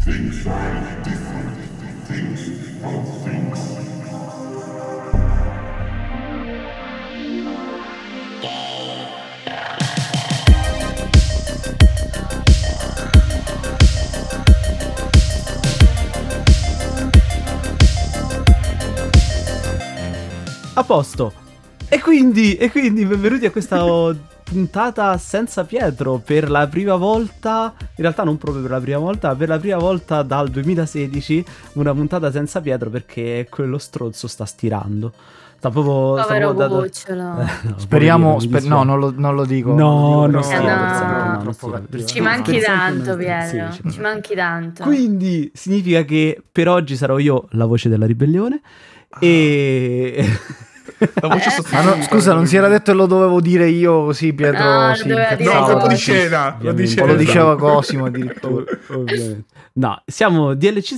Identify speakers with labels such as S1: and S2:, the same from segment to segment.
S1: Things are different. Things are things.
S2: A posto. E quindi benvenuti a questa puntata senza Pietro per la prima volta, in realtà non proprio per la prima volta, per la prima volta dal 2016 una puntata senza Pietro perché quello stronzo sta stirando. Sta proprio
S3: Povero cucciolo.
S2: Speriamo,
S4: no, non lo dico.
S2: No, non
S3: stiamo scherzando,
S2: non
S4: troppo cattivo.
S3: Ci manchi tanto,
S2: Sì,
S3: Pietro.
S2: ci
S3: Ci manchi tanto.
S2: Quindi significa che per oggi sarò io la voce della ribellione e...
S4: La voce sostituita. Scusa, non si era detto e lo dovevo dire io così, Pietro?
S3: No,
S4: sì,
S3: lo doveva dire
S4: incazzavo.
S3: Cosimo.
S4: Di scena. Lo diceva Cosimo addirittura.
S2: Ovviamente. No, siamo DLC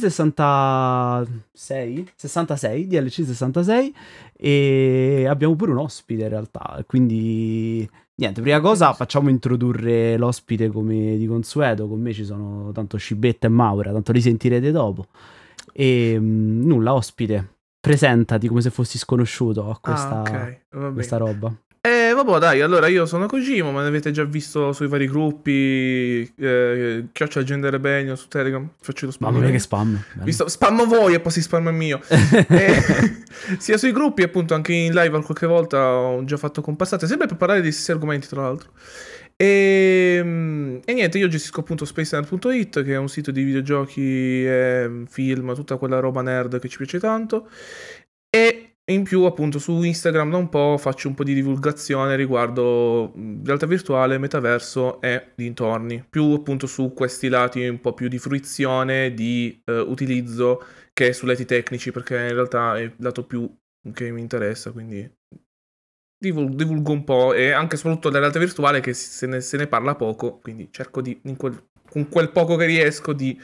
S2: 66 DLC 66 e abbiamo pure un ospite in realtà, quindi niente, prima cosa facciamo introdurre l'ospite come di consueto. Con me ci sono tanto Scibetta e Maura, tanto li sentirete dopo. E nulla, ospite, presentati come se fossi sconosciuto a questa roba.
S5: Vabbè, dai, allora io sono Cosimo, ma ne avete già visto sui vari gruppi, Chiocciola Agenda Rebellion su Telegram, faccio lo spam.
S2: Mamma mia che spam.
S5: Spammo voi e poi si spamma il mio. Sia sui gruppi, appunto, anche in live qualche volta ho già fatto compassate, sempre per parlare di stessi argomenti, tra l'altro. E niente, io gestisco appunto spacenerd.it, che è un sito di videogiochi, film, tutta quella roba nerd che ci piace tanto. E in più appunto su Instagram da un po' faccio un po' di divulgazione riguardo realtà virtuale, metaverso e dintorni, più appunto su questi lati un po' più di fruizione, di utilizzo, che sui lati tecnici, perché in realtà è il lato più che mi interessa, quindi divulgo un po', e anche soprattutto della realtà virtuale, che se ne parla poco, quindi cerco di con quel poco che riesco di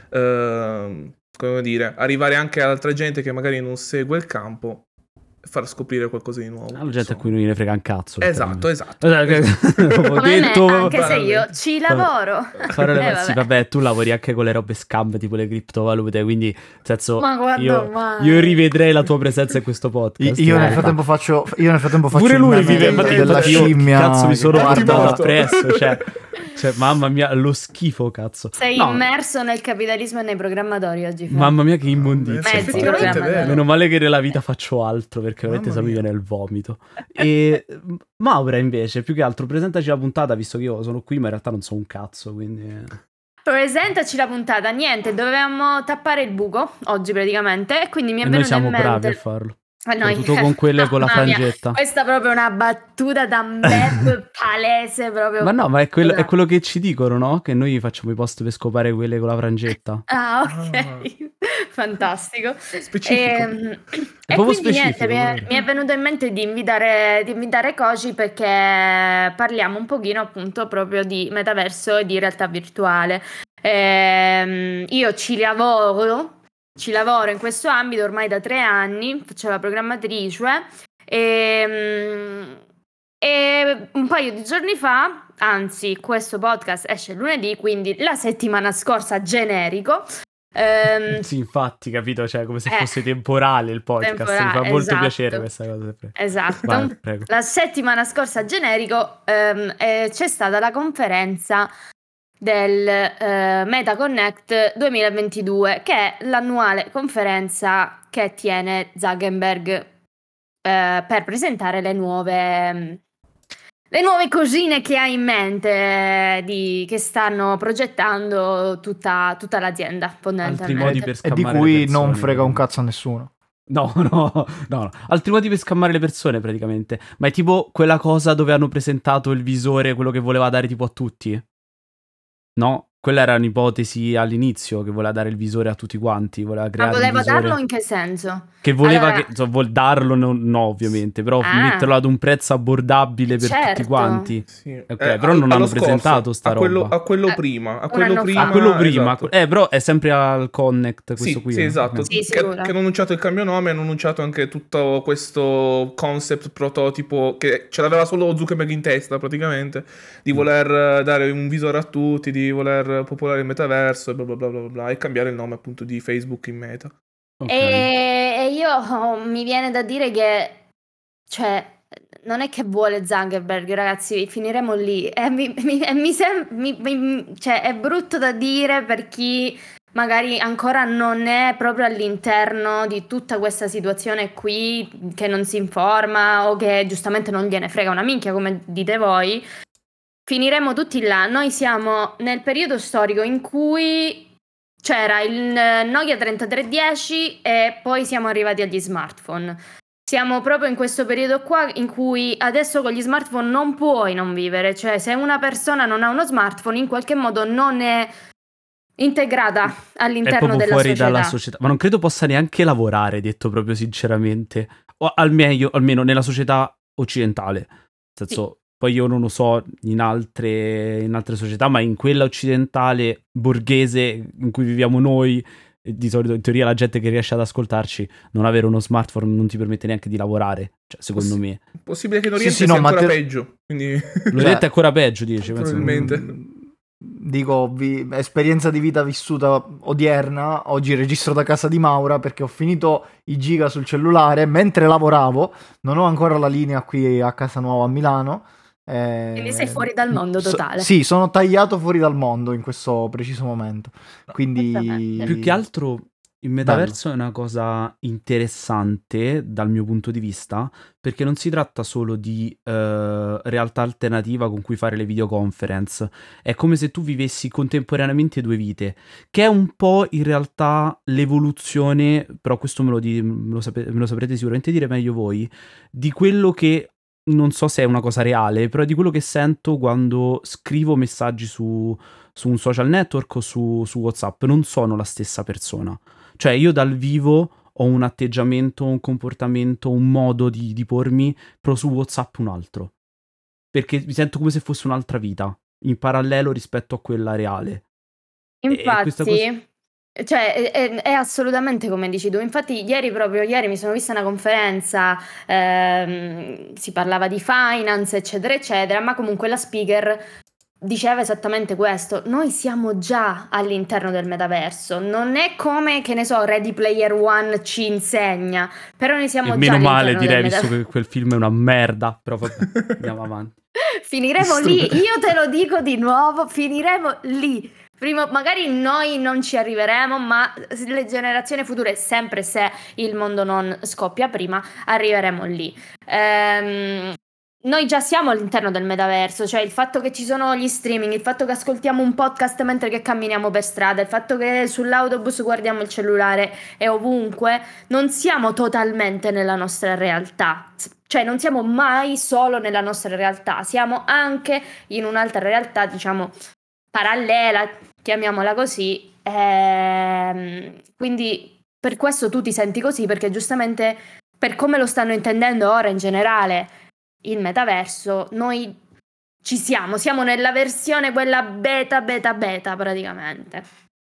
S5: come dire, arrivare anche ad altra gente che magari non segue il campo, far scoprire qualcosa di nuovo.
S2: La gente a cui non gliene frega un cazzo.
S5: Esatto.
S3: Come detto, me, anche se io ci lavoro.
S2: Sì, vabbè, tu lavori anche con le robe scam, tipo le criptovalute, quindi nel senso io rivedrei la tua presenza in questo podcast.
S4: Io nel frattempo faccio
S2: pure lui vive
S4: della scimmia.
S2: Cazzo, mi sono guardato appresso, cioè, mamma mia, lo schifo, cazzo.
S3: Sei immerso nel capitalismo e nei programmatori oggi.
S2: Mamma mia, che immondizia.
S3: Meno
S2: male che nella vita faccio altro, perché veramente se mi viene il vomito. E Maura invece, più che altro, presentaci la puntata, visto che io sono qui, ma in realtà non so un cazzo, quindi...
S3: Presentaci la puntata. Niente, dovevamo tappare il buco oggi praticamente, e quindi mi è venuto in mente...
S2: noi siamo bravi a farlo.
S3: Noi,
S2: tutto con quelle con la frangetta.
S3: Questa è proprio una battuta da web palese proprio.
S2: Ma no, ma è quello che ci dicono, no? Che noi facciamo i post per scopare quelle con la frangetta.
S3: Ah, ok. Fantastico.
S5: Specifico.
S3: E quindi specifico, niente, mi è venuto in mente di invitare Koji, perché parliamo un pochino appunto proprio di metaverso e di realtà virtuale. Io ci lavoro in questo ambito ormai da 3 anni, faccio la programmatrice e un paio di giorni fa, anzi questo podcast esce lunedì, quindi la settimana scorsa, generico.
S2: Sì, infatti, capito, cioè come se fosse temporale il podcast, mi fa molto piacere questa cosa.
S3: Esatto.
S2: Vai, prego.
S3: La settimana scorsa, generico, c'è stata la conferenza del Meta Connect 2022, che è l'annuale conferenza che tiene Zuckerberg per presentare le nuove cosine che ha in mente, che stanno progettando tutta l'azienda, fondamentalmente.
S2: Altri modi per scammare
S4: e di cui
S2: le persone,
S4: non frega un cazzo a nessuno.
S2: No. Altri modi per scammare le persone, praticamente. Ma è tipo quella cosa dove hanno presentato il visore, quello che voleva dare tipo a tutti? No? Quella era un'ipotesi all'inizio, che voleva dare il visore a tutti quanti, voleva creare
S3: voleva
S2: un visore.
S3: darlo in che senso?
S2: Che voleva
S3: allora...
S2: vuol darlo, no, ovviamente, però metterlo ad un prezzo abbordabile per tutti quanti.
S5: Sì.
S2: Okay, però non hanno presentato sta roba.
S5: A quello prima.
S3: A quello
S2: prima.
S5: Esatto.
S2: Però è sempre al Connect questo qui.
S5: Sì, esatto.
S3: Sì,
S5: che hanno annunciato il cambio nome, hanno annunciato anche tutto questo concept prototipo che ce l'aveva solo Zuckerberg in testa, praticamente, di voler dare un visore a tutti, di voler far popolare il metaverso e bla bla bla bla bla, e cambiare il nome appunto di Facebook in Meta.
S3: Okay. E io mi viene da dire che, cioè, non è che vuole Zuckerberg, ragazzi, finiremo lì. Cioè, è brutto da dire per chi magari ancora non è proprio all'interno di tutta questa situazione qui, che non si informa o che giustamente non gliene frega una minchia, come dite voi. Finiremo tutti là. Noi siamo nel periodo storico in cui c'era il Nokia 3310 e poi siamo arrivati agli smartphone. Siamo proprio in questo periodo qua in cui adesso con gli smartphone non puoi non vivere. Cioè, se una persona non ha uno smartphone, in qualche modo non è integrata all'interno della
S2: fuori
S3: società.
S2: dalla società. Ma non credo possa neanche lavorare, detto proprio sinceramente. O almeno nella società occidentale. Nel senso, poi io non lo so in altre società, ma in quella occidentale borghese in cui viviamo noi, di solito in teoria la gente che riesce ad ascoltarci, non avere uno smartphone non ti permette neanche di lavorare, cioè, secondo me.
S5: Possibile che in Oriente sia ancora peggio. Quindi...
S2: L'Oriente è ancora peggio, dice.
S5: Probabilmente.
S4: Dico, esperienza di vita vissuta odierna, oggi registro da casa di Maura perché ho finito i giga sul cellulare mentre lavoravo, non ho ancora la linea qui a casa nuova a Milano.
S3: Quindi sei fuori dal mondo totale.
S4: Sì, sono tagliato fuori dal mondo in questo preciso momento. Quindi
S2: più che altro il metaverso è una cosa interessante dal mio punto di vista, perché non si tratta solo di realtà alternativa con cui fare le videoconference. È come se tu vivessi contemporaneamente due vite, che è un po' in realtà l'evoluzione, però questo me lo saprete sicuramente dire meglio voi, di quello che non so se è una cosa reale, però di quello che sento quando scrivo messaggi su un social network o su WhatsApp. Non sono la stessa persona. Cioè io dal vivo ho un atteggiamento, un comportamento, un modo di pormi, però su WhatsApp un altro. Perché mi sento come se fosse un'altra vita, in parallelo rispetto a quella reale.
S3: Infatti... Cioè, è assolutamente come dici tu. Infatti ieri mi sono vista una conferenza, si parlava di finance eccetera eccetera, ma comunque la speaker diceva esattamente questo: noi siamo già all'interno del metaverso, non è come, che ne so, Ready Player One ci insegna, però noi siamo già all'interno
S2: male, direi,
S3: del
S2: visto che quel film è una merda, però vabbè, andiamo avanti.
S3: Finiremo lì, io te lo dico di nuovo, finiremo lì. Prima, magari noi non ci arriveremo, ma le generazioni future, sempre se il mondo non scoppia prima, arriveremo lì. Noi già siamo all'interno del metaverso, cioè il fatto che ci sono gli streaming, il fatto che ascoltiamo un podcast mentre che camminiamo per strada, il fatto che sull'autobus guardiamo il cellulare e ovunque, non siamo totalmente nella nostra realtà. Cioè non siamo mai solo nella nostra realtà, siamo anche in un'altra realtà, diciamo, parallela, chiamiamola così. Quindi per questo tu ti senti così, perché giustamente per come lo stanno intendendo ora in generale il metaverso, noi ci siamo nella versione quella beta praticamente.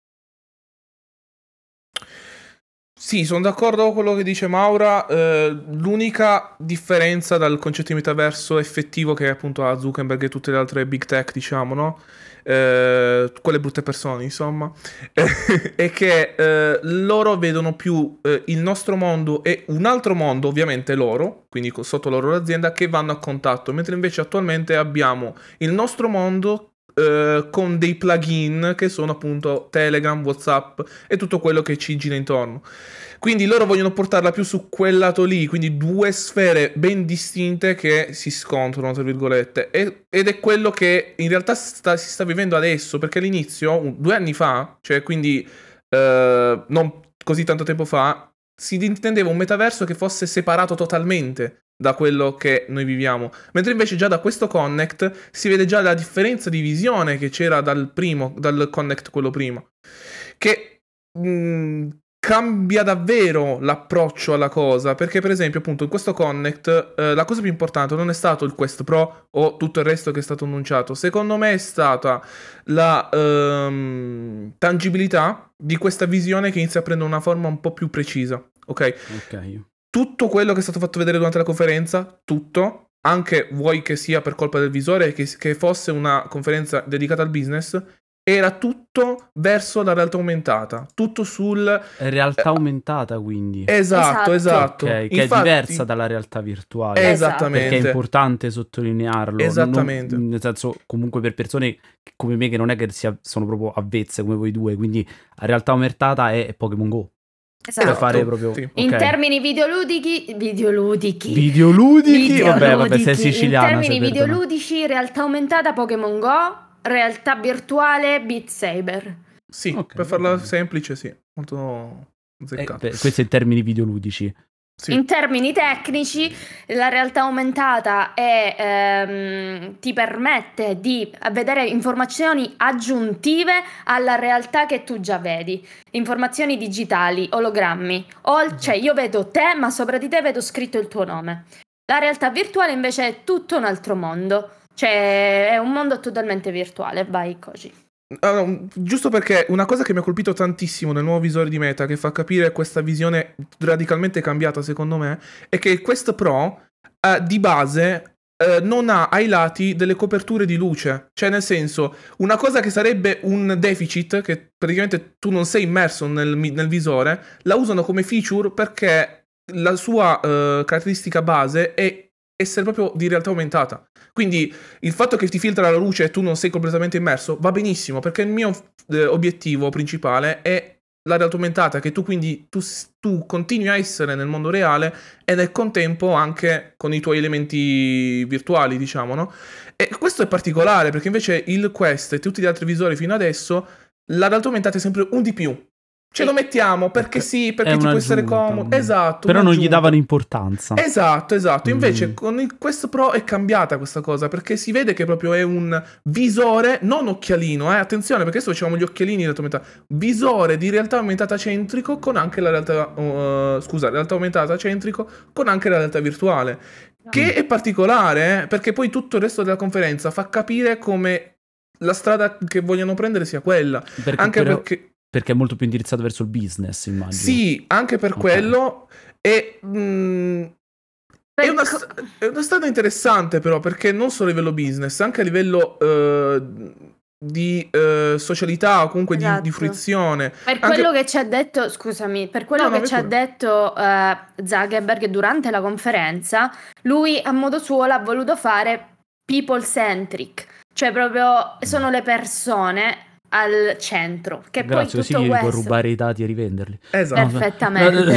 S5: Sì, sono d'accordo con quello che dice Maura. L'unica differenza dal concetto di metaverso effettivo che appunto ha Zuckerberg e tutte le altre big tech, diciamo, no? Quelle brutte persone, insomma, è che loro vedono più il nostro mondo e un altro mondo, ovviamente loro, quindi sotto loro l'azienda, che vanno a contatto, mentre invece attualmente abbiamo il nostro mondo con dei plugin che sono appunto Telegram, WhatsApp e tutto quello che ci gira intorno. Quindi loro vogliono portarla più su quel lato lì, quindi due sfere ben distinte che si scontrano, tra virgolette, ed è quello che in realtà si sta vivendo adesso, perché all'inizio, 2 anni fa, cioè quindi non così tanto tempo fa, si intendeva un metaverso che fosse separato totalmente da quello che noi viviamo, mentre invece già da questo Connect si vede già la differenza di visione che c'era dal Connect quello prima, che cambia davvero l'approccio alla cosa, perché per esempio appunto in questo Connect la cosa più importante non è stato il Quest Pro o tutto il resto che è stato annunciato, secondo me è stata la tangibilità di questa visione che inizia a prendere una forma un po' più precisa, ok? Tutto quello che è stato fatto vedere durante la conferenza, tutto, anche vuoi che sia per colpa del visore, che fosse una conferenza dedicata al business, era tutto verso la realtà aumentata, tutto sul...
S2: Realtà aumentata, quindi.
S5: Esatto.
S2: Ok, che
S5: Infatti,
S2: è diversa dalla realtà virtuale.
S5: Esattamente.
S2: Perché è importante sottolinearlo.
S5: Esattamente.
S2: Nel senso, comunque per persone come me che non è che sono proprio avvezze come voi due, quindi la realtà aumentata è Pokémon Go.
S3: Esatto.
S2: Per fare proprio...
S5: Sì.
S2: ok.
S3: In termini videoludici,
S2: Vabbè, sei siciliana.
S3: in termini
S2: sei perdona.
S3: videoludici, realtà aumentata Pokémon Go, realtà virtuale Beat Saber.
S5: Sì,
S2: Ok,
S5: per farla
S2: ok.
S5: semplice, sì, molto azzeccato.
S2: Questo in termini videoludici.
S5: Sì.
S3: In termini tecnici, la realtà aumentata ti permette di vedere informazioni aggiuntive alla realtà che tu già vedi, informazioni digitali, ologrammi, cioè io vedo te, ma sopra di te vedo scritto il tuo nome. La realtà virtuale invece è tutto un altro mondo, cioè è un mondo totalmente virtuale. Vai, Koji.
S5: Giusto perché una cosa che mi ha colpito tantissimo nel nuovo visore di Meta, che fa capire questa visione radicalmente cambiata secondo me, è che il Quest Pro di base non ha ai lati delle coperture di luce. Cioè, nel senso, una cosa che sarebbe un deficit, che praticamente tu non sei immerso nel visore, la usano come feature perché la sua caratteristica base è essere proprio di realtà aumentata. Quindi il fatto che ti filtra la luce e tu non sei completamente immerso va benissimo, perché il mio obiettivo principale è la realtà aumentata, che tu quindi tu continui a essere nel mondo reale e nel contempo anche con i tuoi elementi virtuali, diciamo, no? E questo è particolare, perché invece il Quest e tutti gli altri visori fino adesso, la realtà aumentata è sempre un di più. Ce lo mettiamo perché sì, perché ti può essere comodo. Esatto.
S2: Però non gli davano importanza.
S5: Esatto. Invece con il Quest Pro è cambiata questa cosa, perché si vede che proprio è un visore, non occhialino, attenzione, perché adesso facciamo gli occhialini di realtà aumentata. Visore di realtà aumentata centrico con anche la realtà realtà aumentata centrico con anche la realtà virtuale. Che è particolare, perché poi tutto il resto della conferenza fa capire come la strada che vogliono prendere sia quella.
S2: Perché è molto più indirizzato verso il business, immagino.
S5: Sì, anche per quello. È una strada interessante, però, perché non solo a livello business, anche a livello di socialità o comunque di fruizione.
S3: Per quello che ci ha detto, scusami, per quello che ci ha detto Zuckerberg durante la conferenza, lui a modo suo l'ha voluto fare people-centric, cioè proprio sono le persone al centro, che
S2: grazie,
S3: poi tutto
S2: così
S3: questo
S2: può rubare i dati e rivenderli.
S5: Esatto.
S3: Perfettamente.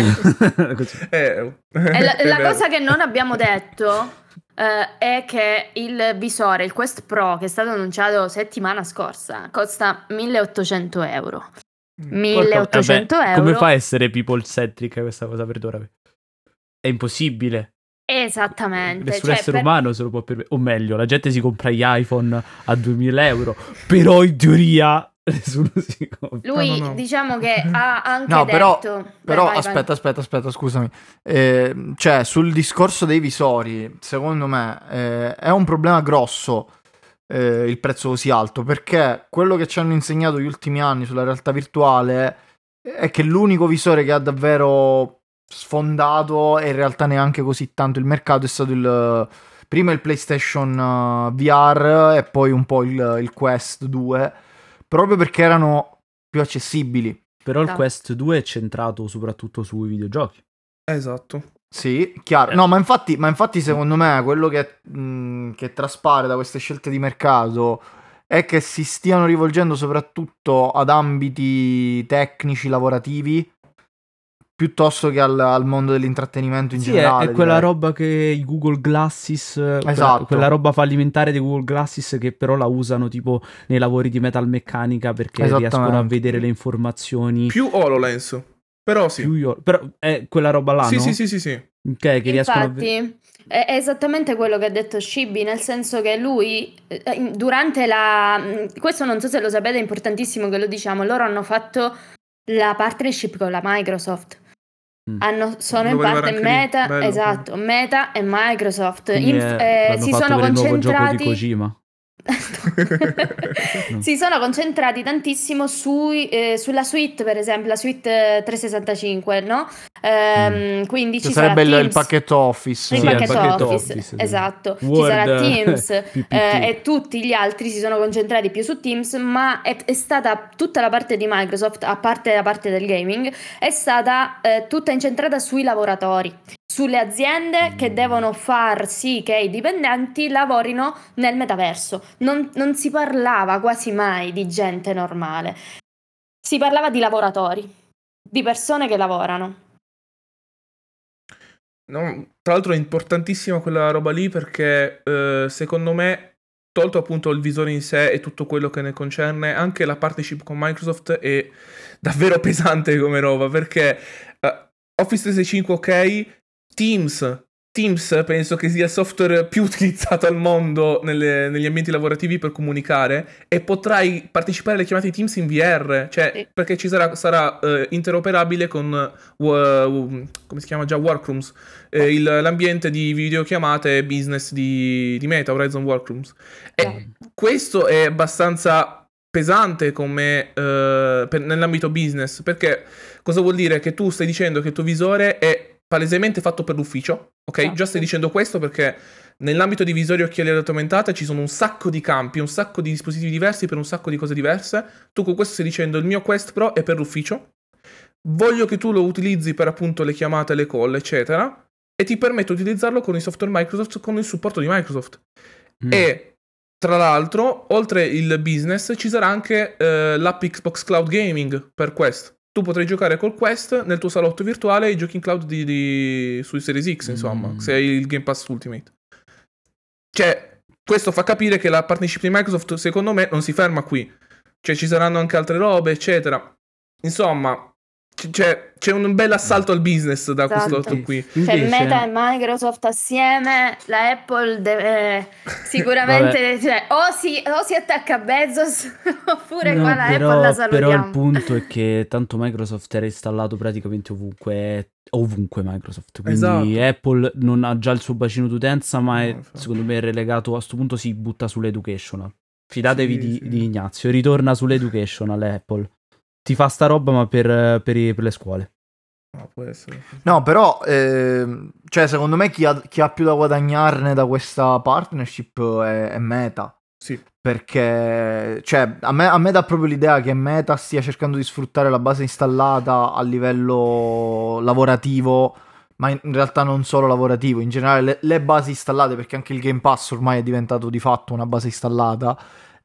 S3: La cosa che non abbiamo detto è che il visore, il Quest Pro, che è stato annunciato settimana scorsa, costa 1.800 euro. 1.800 euro.
S2: Come fa a essere people centric questa cosa, perdonami? È impossibile.
S3: Esattamente.
S2: Nessun essere umano se lo può permettere. O meglio, la gente si compra gli iPhone a 2.000 euro, però in teoria nessuno si compra.
S3: Lui diciamo che ha anche
S4: detto... Però aspetta, scusami. Cioè, sul discorso dei visori, secondo me è un problema grosso il prezzo così alto, perché quello che ci hanno insegnato gli ultimi anni sulla realtà virtuale è che l'unico visore che ha davvero sfondato e in realtà neanche così tanto il mercato è stato prima il PlayStation VR e poi un po' il Quest 2, proprio perché erano più accessibili.
S2: Però il Quest 2 è centrato soprattutto sui videogiochi.
S5: Esatto.
S4: Sì, chiaro. No, ma infatti secondo me quello che traspare da queste scelte di mercato è che si stiano rivolgendo soprattutto ad ambiti tecnici, lavorativi, piuttosto che al mondo dell'intrattenimento in generale.
S2: È quella roba che i Google Glasses,
S4: esatto.
S2: quella roba fallimentare dei Google Glasses che però la usano tipo nei lavori di metalmeccanica perché riescono a vedere le informazioni.
S5: Più HoloLens, però sì.
S2: Però è quella roba là,
S5: sì,
S2: no?
S5: Sì.
S2: Okay, che riescono
S3: Infatti è esattamente quello che ha detto Shibi, nel senso che lui durante questo non so se lo sapete, è importantissimo che lo diciamo, loro hanno fatto la partnership con la Microsoft. Sono in parte Meta, esatto, Meta e Microsoft si sono
S2: per il nuovo gioco di
S3: concentrati.
S2: Kojima.
S3: si sono concentrati tantissimo sulla suite, per esempio, la suite 365, no? Quindi ci sarà
S4: sarebbe il
S3: Teams,
S4: pacchetto Office.
S3: il
S2: Sì,
S3: pacchetto
S2: il pacchetto
S3: Office,
S2: Office,
S3: esatto.
S2: Word,
S3: Ci sarà Teams
S2: PPT.
S3: e tutti gli altri si sono concentrati più su Teams, ma è stata tutta la parte di Microsoft, a parte la parte del gaming, è stata tutta incentrata sui lavoratori, sulle aziende che devono far sì che i dipendenti lavorino nel metaverso. Non si parlava quasi mai di gente normale, si parlava di lavoratori, di persone che lavorano.
S5: No, tra l'altro è importantissima quella roba lì perché secondo me, tolto appunto il visore in sé e tutto quello che ne concerne, anche la partnership con Microsoft è davvero pesante come roba perché Office 365 ok, Teams penso che sia il software più utilizzato al mondo negli ambienti lavorativi per comunicare e potrai partecipare alle chiamate di Teams in VR, cioè
S3: Sì.
S5: perché sarà interoperabile con come si chiama già Workrooms, l'ambiente di videochiamate business di Meta, Horizon Workrooms. E questo è abbastanza pesante come nell'ambito business, perché cosa vuol dire? Che tu stai dicendo che il tuo visore è palesemente fatto per l'ufficio, ok?
S3: Esatto.
S5: Già stai dicendo questo perché nell'ambito di visori e occhiali a realtà aumentata ci sono un sacco di campi, un sacco di dispositivi diversi per un sacco di cose diverse. Tu con questo stai dicendo il mio Quest Pro è per l'ufficio, voglio che tu lo utilizzi per appunto le chiamate, le call, eccetera, e ti permetto di utilizzarlo con i software Microsoft, con il supporto di Microsoft. E tra l'altro, oltre il business, ci sarà anche l'app Xbox Cloud Gaming per Quest. Tu potrai giocare col Quest nel tuo salotto virtuale i giochi in cloud sui Series X, insomma, se hai il Game Pass Ultimate. Cioè, questo fa capire che la partnership di Microsoft, secondo me, non si ferma qui. Cioè, ci saranno anche altre robe, eccetera. Insomma, c'è un bel assalto al business da questo lato qui.
S3: Cioè, Meta e Microsoft assieme, la Apple deve sicuramente, cioè, o si attacca a Bezos oppure qua la Apple la salutiamo.
S2: Però il punto è che tanto Microsoft era installato praticamente ovunque Microsoft, quindi
S5: esatto.
S2: Apple non ha già il suo bacino d'utenza, ma secondo me è relegato, a sto punto si butta sull'educational. Fidatevi di Ignazio, ritorna sull'educational Apple. Ti fa sta roba ma per le scuole.
S5: No, può essere.
S4: No, però cioè secondo me chi ha più da guadagnarne da questa partnership è Meta.
S5: Sì.
S4: Perché cioè, a me dà proprio l'idea che Meta stia cercando di sfruttare la base installata a livello lavorativo, ma in realtà non solo lavorativo, in generale le basi installate, perché anche il Game Pass ormai è diventato di fatto una base installata.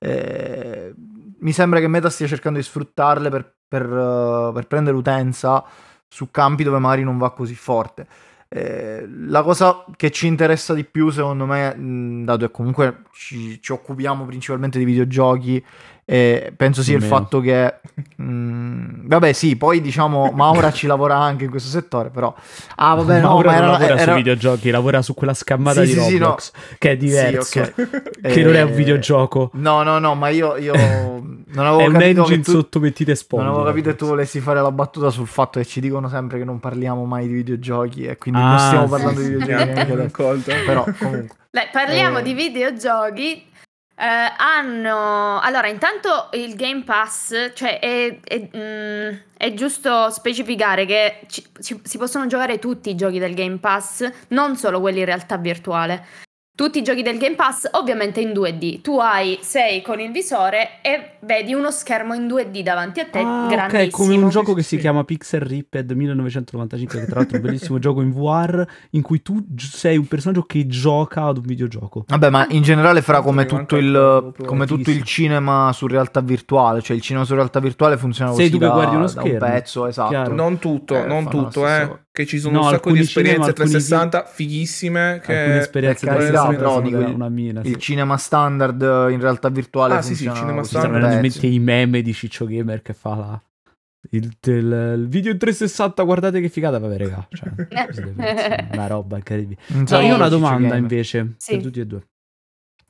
S4: Mi sembra che Meta stia cercando di sfruttarle per prendere utenza su campi dove magari non va così forte. La cosa che ci interessa di più, secondo me, dato che comunque ci occupiamo principalmente di videogiochi, penso sia il fatto che vabbè sì, poi diciamo Maura ci lavora anche in questo settore, però vabbè,
S2: Maura non lavora su videogiochi, lavora su quella scammata di Roblox, che è diverso, che non è un videogioco.
S4: No, ma io non avevo capito,
S2: è un engine sotto Mettite Spoglie.
S4: Non avevo capito che tu volessi fare la battuta sul fatto che ci dicono sempre che non parliamo mai di videogiochi e quindi non stiamo parlando di videogiochi neanche adesso. Però comunque
S3: parliamo di videogiochi. Allora, intanto il Game Pass, cioè è giusto specificare che si possono giocare tutti i giochi del Game Pass, non solo quelli in realtà virtuale. Tutti i giochi del Game Pass ovviamente in 2D. Tu sei con il visore e vedi uno schermo in 2D davanti a te, grandissimo.
S2: Ok, come un gioco che si chiama Pixel Ripped 1995, che tra l'altro è un bellissimo gioco in VR, in cui tu sei un personaggio che gioca ad un videogioco.
S4: Vabbè, ma in generale farà come tutto il cinema su realtà virtuale, cioè il cinema su realtà virtuale funziona così,
S2: tu che guardi uno schermo,
S4: da un pezzo, esatto.
S2: Chiaro.
S5: Non tutto, che ci sono un sacco di esperienze 360 fighissime, che
S2: alcune esperienze 360
S4: però
S2: una mina,
S4: il cinema standard in realtà virtuale funziona.
S5: Sì, cinema
S2: standard. I meme di Ciccio Gamer che fa il video in 360, guardate che figata, vabbè raga, cioè, una roba incredibile. Io ho una domanda invece per tutti e due.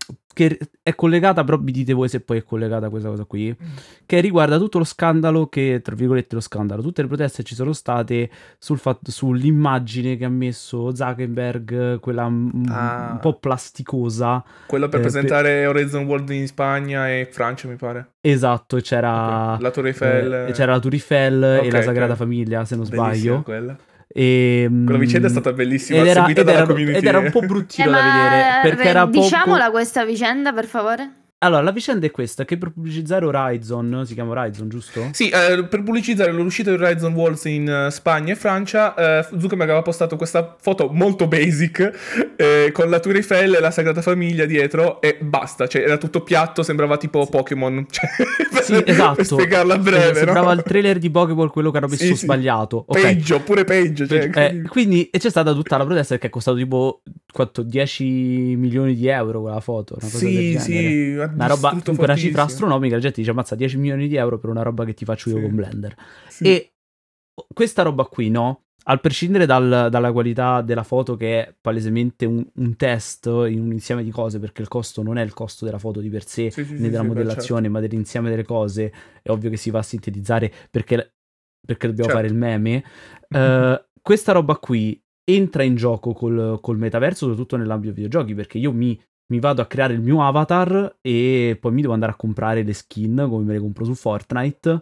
S2: che è collegata, però vi dite voi se poi è collegata a questa cosa qui, che riguarda tutto lo scandalo che, tra virgolette lo scandalo, tutte le proteste ci sono state sull'immagine che ha messo Zuckerberg, quella un po' plasticosa.
S5: Quello per presentare Horizon World in Spagna e Francia, mi pare.
S2: Esatto, c'era
S5: la Tour Eiffel.
S2: C'era la Tour Eiffel e la Sagrada Famiglia, se non sbaglio.
S5: Quella.
S2: Quella
S5: vicenda è stata bellissima,
S2: ed era un po' bruttino da vedere, perché era
S3: diciamola questa vicenda, per favore.
S2: Allora, la vicenda è questa, che per pubblicizzare Horizon, si chiama Horizon, giusto?
S5: Sì, per pubblicizzare l'uscita di Horizon Worlds in Spagna e Francia, Zuckerberg aveva postato questa foto molto basic, con la Tour Eiffel e la Sagrada Famiglia dietro, e basta, cioè era tutto piatto, sembrava tipo Pokémon, cioè,
S2: sì, esatto.
S5: Per spiegarla a breve,
S2: sembrava
S5: no?
S2: il trailer di Pokémon, quello che hanno messo sbagliato. Okay.
S5: Pure peggio. Cioè,
S2: quindi e c'è stata tutta la protesta che è costato tipo 10 milioni di euro quella foto, una cosa del genere. Una roba, comunque una cifra astronomica. La gente dice ammazza 10 milioni di euro per una roba che ti faccio io con Blender. E questa roba qui, no, al prescindere dalla qualità della foto, che è palesemente un test in un insieme di cose, perché il costo non è il costo della foto di per sé, né della modellazione, ma dell'insieme delle cose, è ovvio che si va a sintetizzare perché dobbiamo fare il meme. Questa roba qui entra in gioco col metaverso, soprattutto nell'ambito dei videogiochi, perché io mi vado a creare il mio avatar e poi mi devo andare a comprare le skin, come me le compro su Fortnite,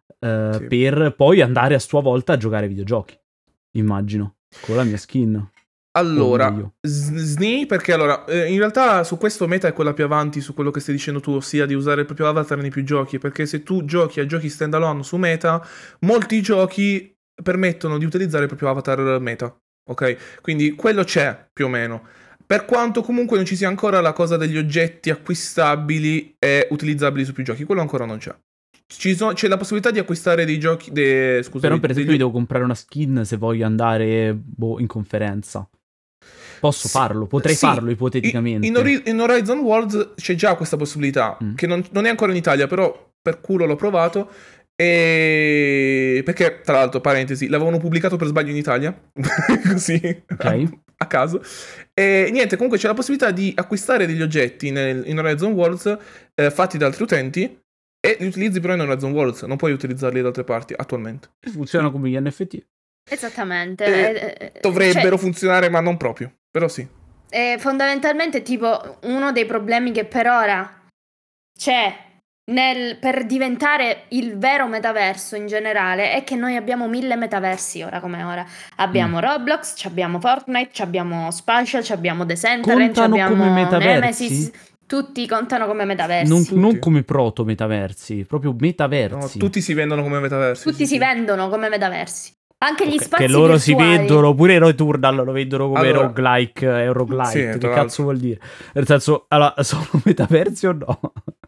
S2: per poi andare a sua volta a giocare ai videogiochi, immagino, con la mia skin.
S5: Allora, SNI, perché allora, in realtà su questo meta è quella più avanti su quello che stai dicendo tu, ossia di usare il proprio avatar nei più giochi, perché se tu giochi a giochi standalone su meta, molti giochi permettono di utilizzare il proprio avatar meta, ok? Quindi quello c'è, più o meno. Per quanto comunque non ci sia ancora la cosa degli oggetti acquistabili e utilizzabili su più giochi, quello ancora non c'è. C'è la possibilità di acquistare dei giochi.
S2: Però, per esempio, io devo comprare una skin se voglio andare in conferenza. Posso farlo, potrei farlo ipoteticamente.
S5: In Horizon Worlds c'è già questa possibilità, che non è ancora in Italia, però per culo l'ho provato. E perché, tra l'altro, parentesi, l'avevano pubblicato per sbaglio in Italia, così, a caso. E niente, comunque c'è la possibilità di acquistare degli oggetti in Horizon Worlds fatti da altri utenti, e li utilizzi però in Horizon Worlds, non puoi utilizzarli da altre parti attualmente.
S2: Funzionano come gli NFT.
S3: Esattamente.
S5: Dovrebbero funzionare, ma non proprio, però sì.
S3: Fondamentalmente, tipo, uno dei problemi che per ora c'è per diventare il vero metaverso in generale è che noi abbiamo 1000 metaversi ora come ora. Abbiamo Roblox, abbiamo Fortnite, abbiamo Spatial, abbiamo Decentraland, abbiamo Nemesis. Tutti contano come metaversi.
S2: Non come proto metaversi, proprio metaversi.
S5: No, tutti si vendono come metaversi.
S3: Tutti si vendono come metaversi. Anche gli spazi
S2: che loro
S3: virtuali.
S2: Si vendono, pure i Returnal lo vendono come roguelike e roguelite. Che cazzo vuol dire? Nel senso, allora, sono metaversi o no?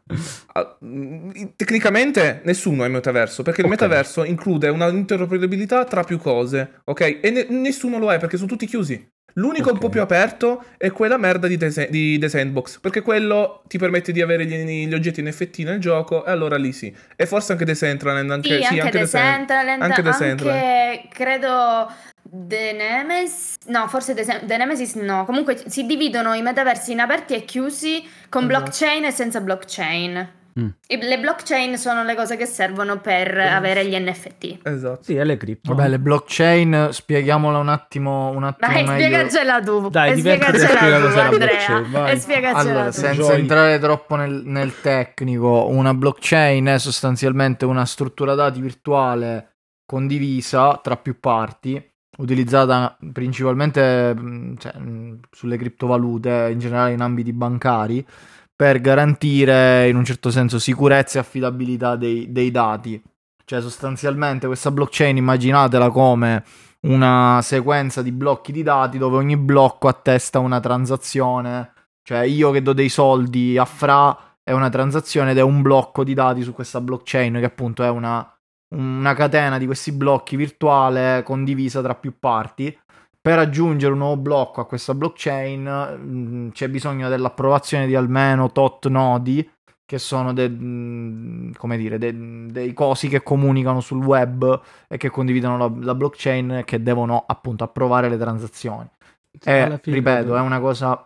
S5: Tecnicamente nessuno è metaverso, perché il metaverso include una interoperabilità tra più cose, ok? E nessuno lo è, perché sono tutti chiusi. L'unico un po' più aperto è quella merda di The Sandbox, perché quello ti permette di avere gli oggetti NFT nel gioco, e allora lì sì. E forse anche Decentraland, anche
S3: Decentraland,
S5: anche
S3: credo The Nemesis, no, forse The Nemesis no. Comunque si dividono i metaversi in aperti e chiusi, con blockchain e senza blockchain. Le blockchain sono le cose che servono per avere gli NFT.
S5: Esatto.
S2: Sì, e le cripto.
S4: Vabbè, le blockchain, spieghiamola un attimo
S3: Dai,
S4: meglio.
S3: Spiegacela tu.
S2: Dai,
S3: spiegacela tu,
S2: Andrea.
S3: E spiegacela
S4: allora,
S3: tu.
S4: senza entrare troppo nel tecnico, una blockchain è sostanzialmente una struttura dati virtuale condivisa tra più parti, utilizzata principalmente sulle criptovalute, in generale in ambiti bancari, per garantire in un certo senso sicurezza e affidabilità dei dati. Cioè, sostanzialmente questa blockchain immaginatela come una sequenza di blocchi di dati dove ogni blocco attesta una transazione. Cioè, io che do dei soldi a Fra è una transazione ed è un blocco di dati su questa blockchain, che appunto è una catena di questi blocchi virtuale condivisa tra più parti. Per aggiungere un nuovo blocco a questa blockchain c'è bisogno dell'approvazione di almeno tot nodi, che sono dei cosi che comunicano sul web e che condividono la blockchain, e che devono appunto approvare le transazioni. Ripeto, è una cosa...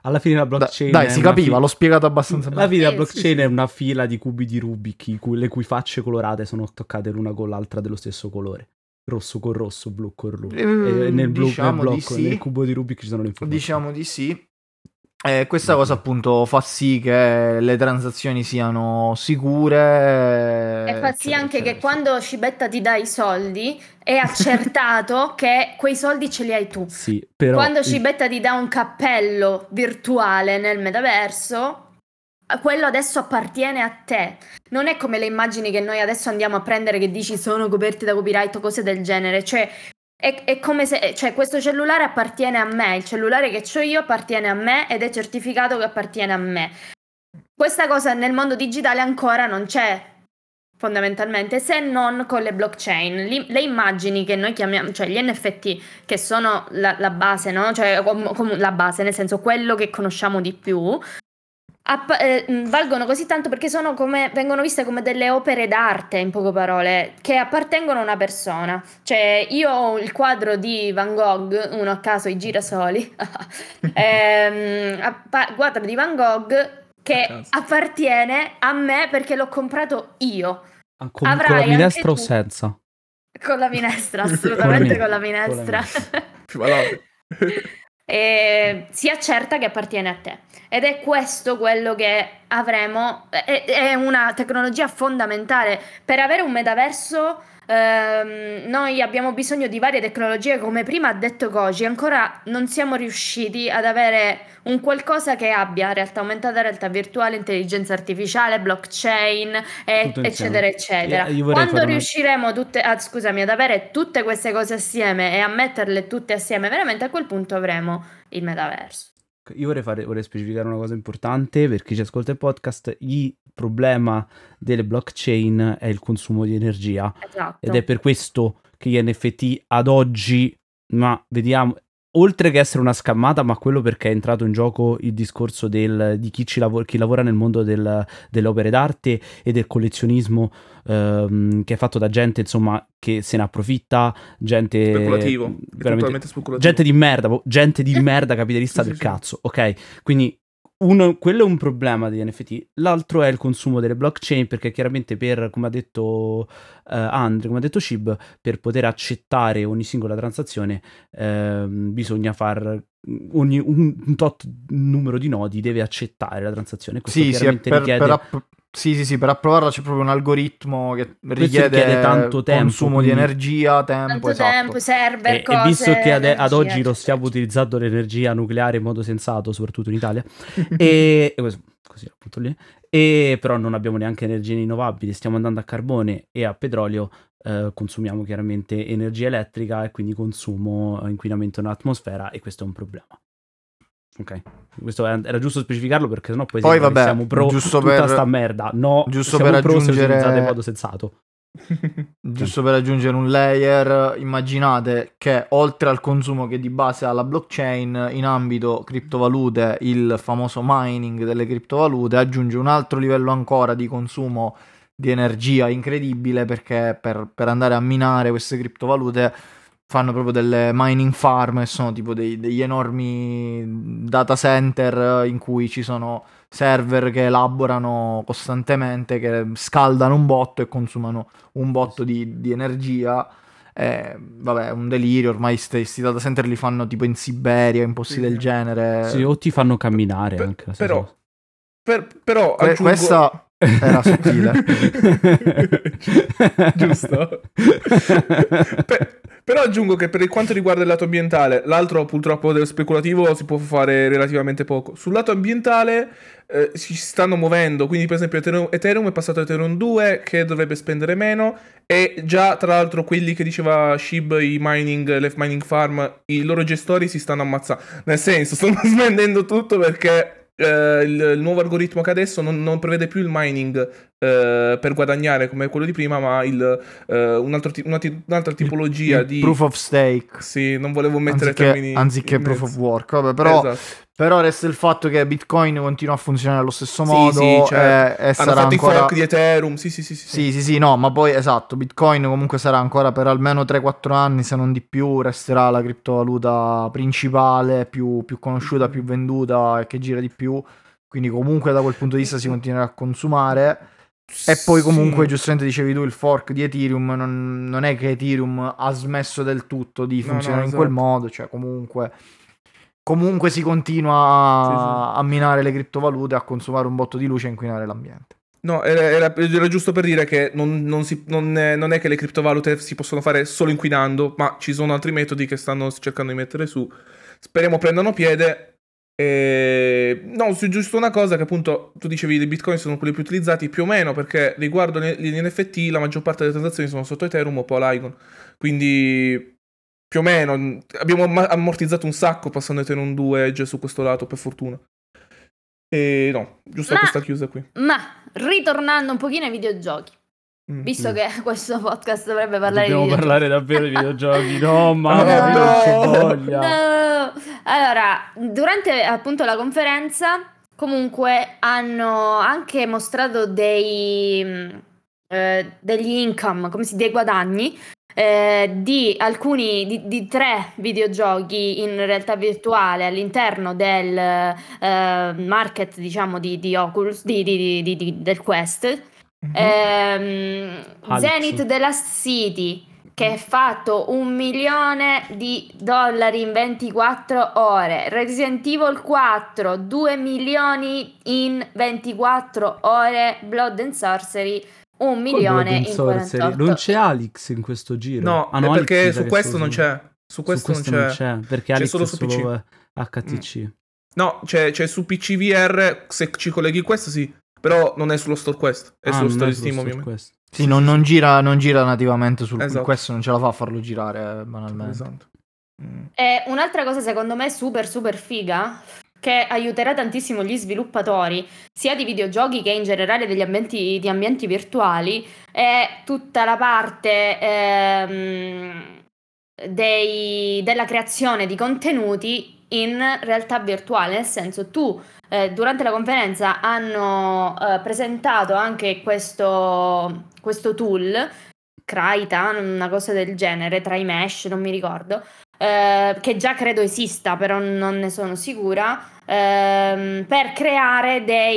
S2: alla fine la blockchain
S4: dai si capiva, l'ho spiegato abbastanza bene.
S2: La fine della blockchain è una fila di cubi di Rubik le cui facce colorate sono toccate l'una con l'altra dello stesso colore, rosso con rosso, blu con blu, e nel blu,
S4: diciamo
S2: nel
S4: di
S2: blocco,
S4: sì.
S2: nel cubo di Rubik ci sono le informazioni.
S4: Diciamo di sì. Questa cosa appunto fa sì che le transazioni siano sicure.
S3: E fa sì anche che quando Scibetta ti dà i soldi è accertato che quei soldi ce li hai tu.
S2: Sì, però
S3: Quando Scibetta ti dà un cappello virtuale nel metaverso, quello adesso appartiene a te. Non è come le immagini che noi adesso andiamo a prendere che dici sono coperti da copyright o cose del genere. Cioè è come se, cioè, questo cellulare appartiene a me, il cellulare che ho io appartiene a me ed è certificato che appartiene a me. Questa cosa nel mondo digitale ancora non c'è, fondamentalmente, se non con le blockchain. Le immagini che noi chiamiamo, cioè gli NFT, che sono la base, no? Cioè la base, nel senso quello che conosciamo di più, valgono così tanto perché vengono viste come delle opere d'arte, in poche parole, che appartengono a una persona. Cioè io ho il quadro di Van Gogh, uno a caso, i girasoli, quadro di Van Gogh che appartiene a me perché l'ho comprato io.
S2: con la minestra o senza?
S3: Con la minestra, assolutamente con la minestra. E si accerta che appartiene a te, ed è questo quello che avremo. È una tecnologia fondamentale per avere un metaverso. Noi abbiamo bisogno di varie tecnologie, come prima ha detto Koji. Ancora non siamo riusciti ad avere un qualcosa che abbia realtà aumentata, realtà virtuale, intelligenza artificiale, blockchain, eccetera eccetera. Quando riusciremo ad avere tutte queste cose assieme e a metterle tutte assieme, veramente a quel punto avremo il metaverso.
S2: Io vorrei specificare una cosa importante per chi ci ascolta il podcast. Il problema delle blockchain è il consumo di energia.
S3: Esatto.
S2: Ed è per questo che gli NFT ad oggi, ma vediamo, oltre che essere una scammata, ma quello perché è entrato in gioco il discorso di chi lavora nel mondo delle opere d'arte e del collezionismo, che è fatto da gente, insomma, che se ne approfitta, gente
S5: speculativo,
S2: veramente speculativo. gente di merda capitalista del cazzo, ok? Quindi quello è un problema degli NFT. L'altro è il consumo delle blockchain, perché chiaramente come ha detto Andre, come ha detto Shib, per poter accettare ogni singola transazione bisogna far un tot numero di nodi deve accettare la transazione. Questo chiaramente richiede
S4: per approvarla c'è proprio un algoritmo che richiede
S2: tanto tempo,
S4: consumo di energia, tempo,
S3: server, cose,
S2: e visto che ad oggi
S3: eccetera,
S2: non stiamo utilizzando l'energia nucleare in modo sensato, soprattutto in Italia, e questo, così appunto lì, e però non abbiamo neanche energie rinnovabili, stiamo andando a carbone e a petrolio, consumiamo chiaramente energia elettrica e quindi consumo, inquinamento nell'atmosfera, e questo è un problema. Ok, questo era giusto specificarlo, perché sennò poi
S4: vabbè,
S2: siamo pro tutta sta merda. No,
S4: giusto
S2: siamo
S4: per
S2: pro se
S4: aggiungere
S2: utilizzate in modo sensato.
S4: Giusto per aggiungere un layer, immaginate che oltre al consumo che di base ha la blockchain, in ambito criptovalute, il famoso mining delle criptovalute aggiunge un altro livello ancora di consumo di energia incredibile, perché per andare a minare queste criptovalute fanno proprio delle mining farm, che sono tipo degli enormi data center in cui ci sono server che elaborano costantemente, che scaldano un botto e consumano un botto di energia. Vabbè, è un delirio, ormai questi data center li fanno tipo in Siberia, in posti del genere.
S2: Sì, o ti fanno camminare anche.
S5: Però aggiungo...
S4: Questa era sottile.
S5: Giusto. Però aggiungo che per quanto riguarda il lato ambientale, l'altro purtroppo dello speculativo si può fare relativamente poco. Sul lato ambientale si stanno muovendo, quindi per esempio Ethereum è passato a Ethereum 2 che dovrebbe spendere meno, e già tra l'altro quelli che diceva Shib, le mining farm, i loro gestori si stanno ammazzando, nel senso stanno spendendo tutto perché il nuovo algoritmo che adesso non prevede più il mining per guadagnare come quello di prima, ma un'altra tipologia di
S4: proof of stake.
S5: Sì, non volevo mettere termini
S4: anziché proof of work. Vabbè, però
S5: esatto.
S4: Però resta il fatto che Bitcoin continua a funzionare allo stesso modo.
S5: Cioè,
S4: e
S5: hanno
S4: sarà
S5: fatto
S4: ancora...
S5: i fork di Ethereum. Sì,
S4: no, ma poi esatto, Bitcoin comunque sarà ancora per almeno 3-4 anni, se non di più, resterà la criptovaluta principale, più conosciuta, più venduta e che gira di più. Quindi comunque da quel punto di vista si continuerà a consumare. E poi comunque, giustamente dicevi tu, il fork di Ethereum non è che Ethereum ha smesso del tutto di funzionare in quel modo, cioè comunque si continua a minare le criptovalute, a consumare un botto di luce e inquinare l'ambiente.
S5: No, era giusto per dire che non è che le criptovalute si possono fare solo inquinando, ma ci sono altri metodi che stanno cercando di mettere su. Speriamo prendano piede. No, giusto una cosa che appunto tu dicevi, i bitcoin sono quelli più utilizzati più o meno, perché riguardo gli NFT la maggior parte delle transazioni sono sotto Ethereum o Polygon, quindi più o meno abbiamo ammortizzato un sacco passando Ethereum 2 Edge su questo lato, per fortuna. E no, giusto questa chiusa qui.
S3: Ma ritornando un pochino ai videogiochi, visto che questo podcast dovrebbe parlare di videogiochi.
S2: Dobbiamo parlare davvero di videogiochi. No, mamma mia, non c'ho voglia.
S3: No. Allora, durante appunto la conferenza comunque hanno anche mostrato degli income, dei guadagni di alcuni di 3 videogiochi in realtà virtuale all'interno del market, diciamo, di Oculus, del Quest. Zenith The Last City, che è fatto $1 milione in 24 ore. Resident Evil 4, 2 milioni in 24 ore. Blood and Sorcery, 1 milione in 48 ore.
S2: Non c'è Alex in questo giro.
S5: No, perché su questo non c'è. Su questo non c'è.
S2: Perché Alex
S5: solo su
S2: PC. HTC.
S5: No, c'è su PC VR, se ci colleghi questo sì. Però non è sullo store Quest, è sullo store di Steam ovviamente.
S4: Sì, non gira nativamente sul Quest, non ce la fa a farlo girare banalmente.
S5: Esatto.
S3: E un'altra cosa secondo me super super figa, che aiuterà tantissimo gli sviluppatori sia di videogiochi che in generale di ambienti virtuali, è tutta la parte della creazione di contenuti in realtà virtuale, nel senso tu durante la conferenza hanno presentato anche questo tool Kraita, una cosa del genere, TriMesh, non mi ricordo, che già credo esista, però non ne sono sicura, per creare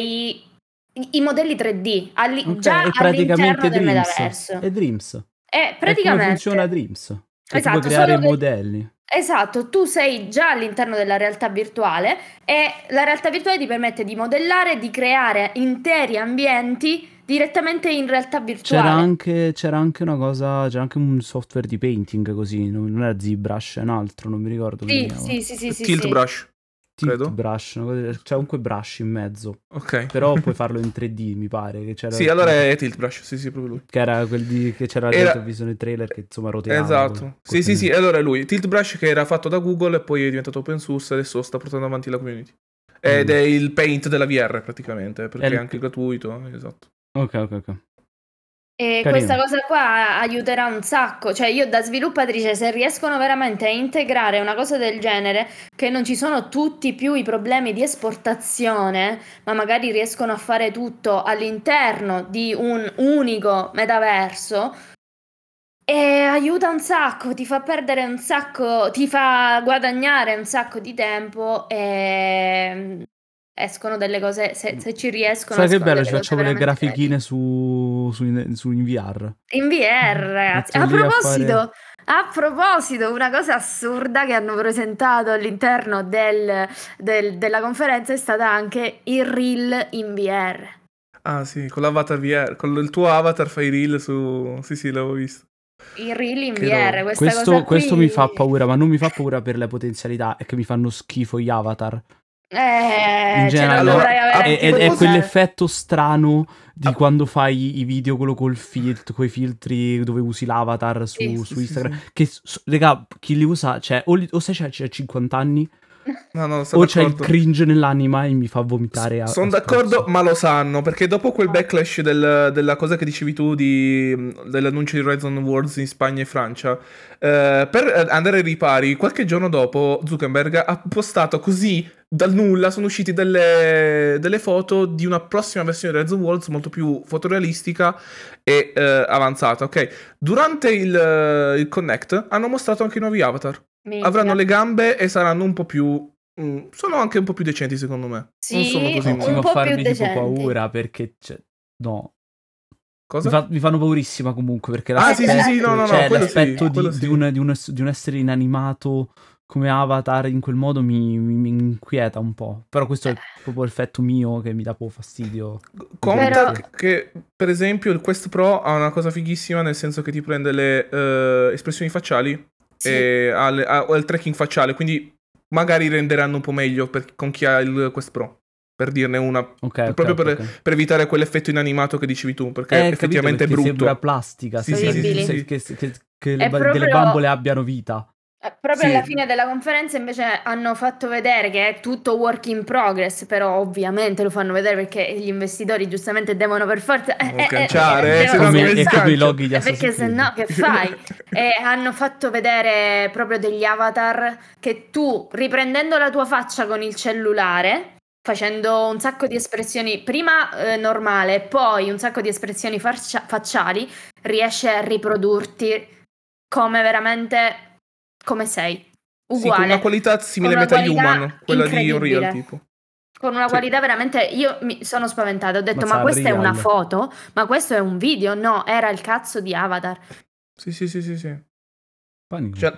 S3: i modelli 3D già all'interno del metaverso.
S2: È Dreams.
S3: Praticamente
S2: come funziona Dreams.
S3: Esatto,
S2: puoi creare modelli.
S3: Esatto, tu sei già all'interno della realtà virtuale e la realtà virtuale ti permette di modellare, di creare interi ambienti direttamente in realtà virtuale.
S2: C'era anche una cosa, c'era anche un software di painting così, non era ZBrush, è un altro, non mi ricordo come si chiama.
S5: Sì. Tilt Brush. Credo.
S2: Brush, c'è comunque brush in mezzo.
S5: Ok.
S2: Però puoi farlo in 3D, mi pare che c'era.
S5: Sì, allora è Tilt Brush, sì, proprio lui.
S2: Che era che c'era dentro visione trailer che insomma rotava.
S5: Esatto. Sì, allora è lui. Tilt Brush che era fatto da Google e poi è diventato open source e adesso sta portando avanti la community. Ed è il paint della VR praticamente, perché è anche gratuito, esatto.
S2: Ok.
S3: E questa cosa qua aiuterà un sacco, cioè io da sviluppatrice, se riescono veramente a integrare una cosa del genere, che non ci sono tutti più i problemi di esportazione, ma magari riescono a fare tutto all'interno di un unico metaverso, e aiuta un sacco, ti fa perdere un sacco, ti fa guadagnare un sacco di tempo e escono delle cose, se ci riescono.
S2: Sai che bello, ci facciamo le grafichine su in VR.
S3: In VR, ragazzi. A proposito, una cosa assurda che hanno presentato all'interno della conferenza è stata anche il reel in VR.
S5: Ah sì, con l'avatar VR, con il tuo avatar fai reel su... Sì, l'avevo visto.
S3: Il reel in VR, questo
S2: mi fa paura, ma non mi fa paura per le potenzialità, è che mi fanno schifo gli avatar. In generale, è quell'effetto strano di quando fai i video quello coi filtri dove usi l'avatar su Instagram. Sì. Che raga, chi li usa, cioè o sai c'è 50 anni
S5: No, sono
S2: o c'è il
S5: d'accordo.
S2: cringe nell'anima e mi fa vomitare.
S5: Sono d'accordo, ma lo sanno, perché dopo quel backlash della cosa che dicevi tu dell'annuncio di Horizon Worlds in Spagna e Francia, per andare ai ripari, qualche giorno dopo Zuckerberg ha postato così, dal nulla, sono usciti delle foto di una prossima versione di Horizon Worlds molto più fotorealistica e avanzata, ok? Durante il Connect hanno mostrato anche i nuovi avatar.
S3: Minchia.
S5: Avranno le gambe e saranno un po' più... sono anche un po' più decenti secondo me.
S3: Sì,
S5: non sono così
S3: un
S2: Continuo
S3: po'
S2: a
S3: più
S2: farmi tipo
S3: decenti.
S2: paura perché no.
S5: Cosa?
S2: Mi fanno paurissima comunque perché
S5: Ah, sì, no,
S2: cioè,
S5: quello
S2: l'aspetto
S5: sì, quello
S2: di
S5: sì.
S2: un essere inanimato come Avatar in quel modo mi inquieta un po'. Però questo è proprio l'effetto mio che mi dà un po' fastidio.
S5: Conta
S3: Però-
S5: che per esempio il Quest Pro ha una cosa fighissima, nel senso che ti prende le espressioni facciali
S3: Sì.
S5: e ha il tracking facciale, quindi magari renderanno un po' meglio con chi ha il Quest Pro, per dirne una,
S2: Ok,
S5: proprio
S2: ok.
S5: per evitare quell'effetto inanimato che dicevi tu, perché effettivamente
S2: capito,
S5: è
S2: perché
S5: brutto.
S2: sembra plastica,
S5: Sì,
S2: sembra
S3: sì, sì,
S2: che
S3: È proprio-
S2: delle bambole abbiano vita.
S3: Proprio
S5: Sì.
S3: alla fine della conferenza invece hanno fatto vedere che è tutto work in progress, però ovviamente lo fanno vedere perché gli investitori giustamente devono per forza
S5: canciare, se no
S3: devono-
S5: come
S2: È come i
S5: scancia.
S2: loghi di Assassin's
S3: perché se
S2: Creed.
S3: no che fai? E hanno fatto vedere proprio degli avatar che tu, riprendendo la tua faccia con il cellulare, facendo un sacco di espressioni, prima normale, poi un sacco di espressioni facciali, riesci a riprodurti come veramente come sei.
S5: Sì, con
S3: Uguale.
S5: una qualità simile a
S3: Con una
S5: MetaHuman,
S3: qualità
S5: quella di
S3: incredibile.
S5: Unreal tipo.
S3: Con una
S5: Sì.
S3: qualità veramente, io mi sono spaventata, ho detto
S2: Ma
S3: ma questa è
S2: Unreal.
S3: una foto? Ma questo è un video? No, era il cazzo di Avatar.
S5: Sì.
S2: Panico,
S5: Cioè,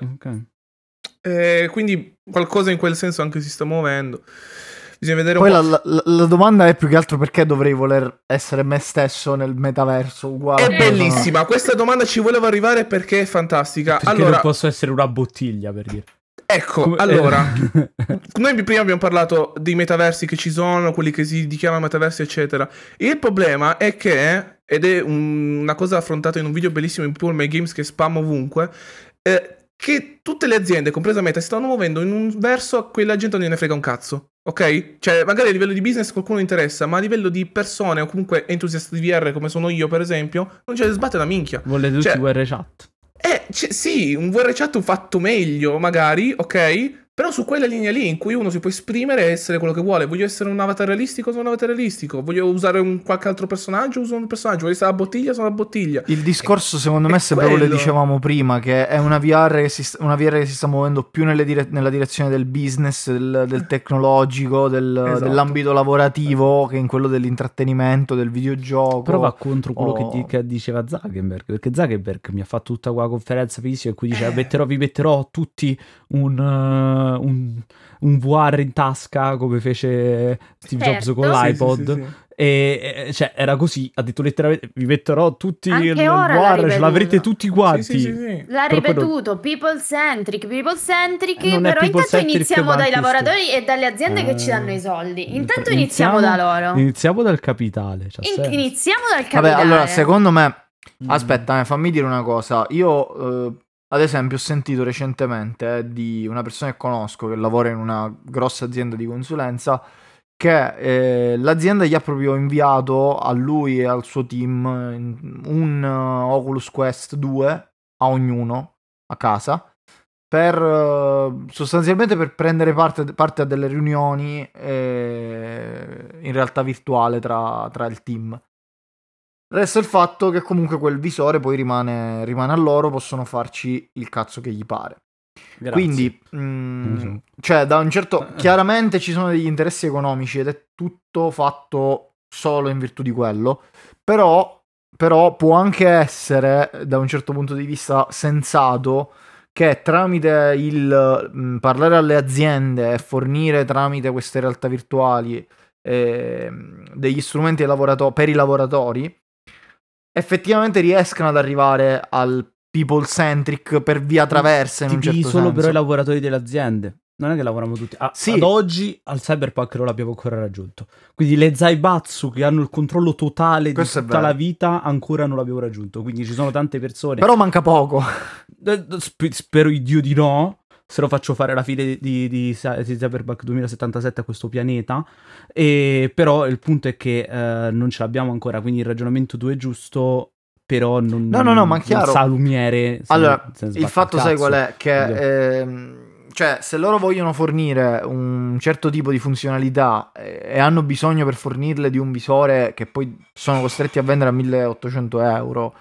S2: ok.
S5: quindi qualcosa in quel senso anche si sta muovendo. Bisogna vedere
S4: Poi
S5: un po'.
S4: la domanda è più che altro perché dovrei voler essere me stesso nel metaverso uguale.
S5: È bellissima, questa domanda ci voleva arrivare perché è fantastica.
S2: Perché
S5: Allora,
S2: non posso essere una bottiglia, per dire.
S5: ecco, allora, noi prima abbiamo parlato dei metaversi che ci sono, quelli che si dichiarano metaversi, eccetera. Il problema è che, ed è una cosa affrontata in un video bellissimo in Paul My Games che spam ovunque, che tutte le aziende, compresa Meta, si stanno muovendo in un verso a cui la gente non ne frega un cazzo. Ok? Cioè, magari a livello di business qualcuno interessa, ma a livello di persone o comunque entusiasti di VR come sono io, per esempio, non ce ne sbatte la minchia.
S2: Volete tutti VR chat?
S5: Sì, un VR chat fatto meglio, magari, ok? Però su quella linea lì in cui uno si può esprimere e essere quello che vuole. Voglio essere un avatar realistico, sono un avatar realistico. Voglio usare qualche altro personaggio, uso un personaggio. Voglio essere la bottiglia, sono la bottiglia.
S4: Il discorso secondo me è sempre quello che dicevamo prima, che è una VR che si sta muovendo più nella direzione del business, del tecnologico,
S5: Esatto.
S4: dell'ambito lavorativo, che in quello dell'intrattenimento, del videogioco.
S2: Però va contro quello che diceva Zuckerberg, perché Zuckerberg mi ha fatto tutta quella conferenza fisica in cui diceva vi metterò tutti un VR in tasca come fece Steve Jobs con l'iPod.
S5: Sì.
S2: E cioè era così, ha detto letteralmente vi metterò tutti
S3: Anche
S2: il
S3: ora l'ha
S2: VR, ce
S3: ripetuto.
S2: l'avrete tutti quanti.
S5: Sì.
S3: L'ha
S2: Però poi
S3: ripetuto, people centric,
S2: non è
S3: però
S2: people
S3: intanto
S2: centric,
S3: iniziamo
S2: ma
S3: dai
S2: anche
S3: lavoratori e dalle aziende che ci danno i soldi. Intanto
S2: iniziamo
S3: iniziamo da loro.
S2: Iniziamo dal capitale. C'ha senso.
S3: Iniziamo dal
S4: Vabbè,
S3: capitale.
S4: allora, secondo me... Aspetta, fammi dire una cosa. Io, ad esempio, ho sentito recentemente di una persona che conosco che lavora in una grossa azienda di consulenza che l'azienda gli ha proprio inviato a lui e al suo team un Oculus Quest 2 a ognuno a casa per sostanzialmente per prendere parte a delle riunioni in realtà virtuale tra il team. Resta il fatto che comunque quel visore poi rimane a loro, possono farci il cazzo che gli pare.
S2: Grazie.
S4: Quindi, cioè, da un certo... Chiaramente ci sono degli interessi economici ed è tutto fatto solo in virtù di quello, però può anche essere, da un certo punto di vista, sensato che tramite il parlare alle aziende e fornire tramite queste realtà virtuali degli strumenti per i lavoratori, effettivamente riescano ad arrivare al people centric per via traversa in un certo
S2: solo
S4: senso.
S2: però i lavoratori delle aziende. Non è che lavoriamo tutti.
S4: Sì.
S2: Ad oggi al Cyberpunk non l'abbiamo ancora raggiunto. Quindi le Zaibatsu che hanno il controllo totale di
S4: Questo è
S2: tutta
S4: vero.
S2: la vita ancora non l'abbiamo raggiunto. Quindi ci sono tante persone.
S4: Però manca poco.
S2: Spero Dio di no. se lo faccio fare alla fine di Cyberpunk 2077 a questo pianeta, e però il punto è che non ce l'abbiamo ancora, quindi il ragionamento tuo è giusto, però non,
S4: no, ma chiaro.
S2: Non sa Lumiere.
S4: Allora, il fatto sai qual è? Che cioè, se loro vogliono fornire un certo tipo di funzionalità e hanno bisogno per fornirle di un visore che poi sono costretti a vendere a 1.800 euro,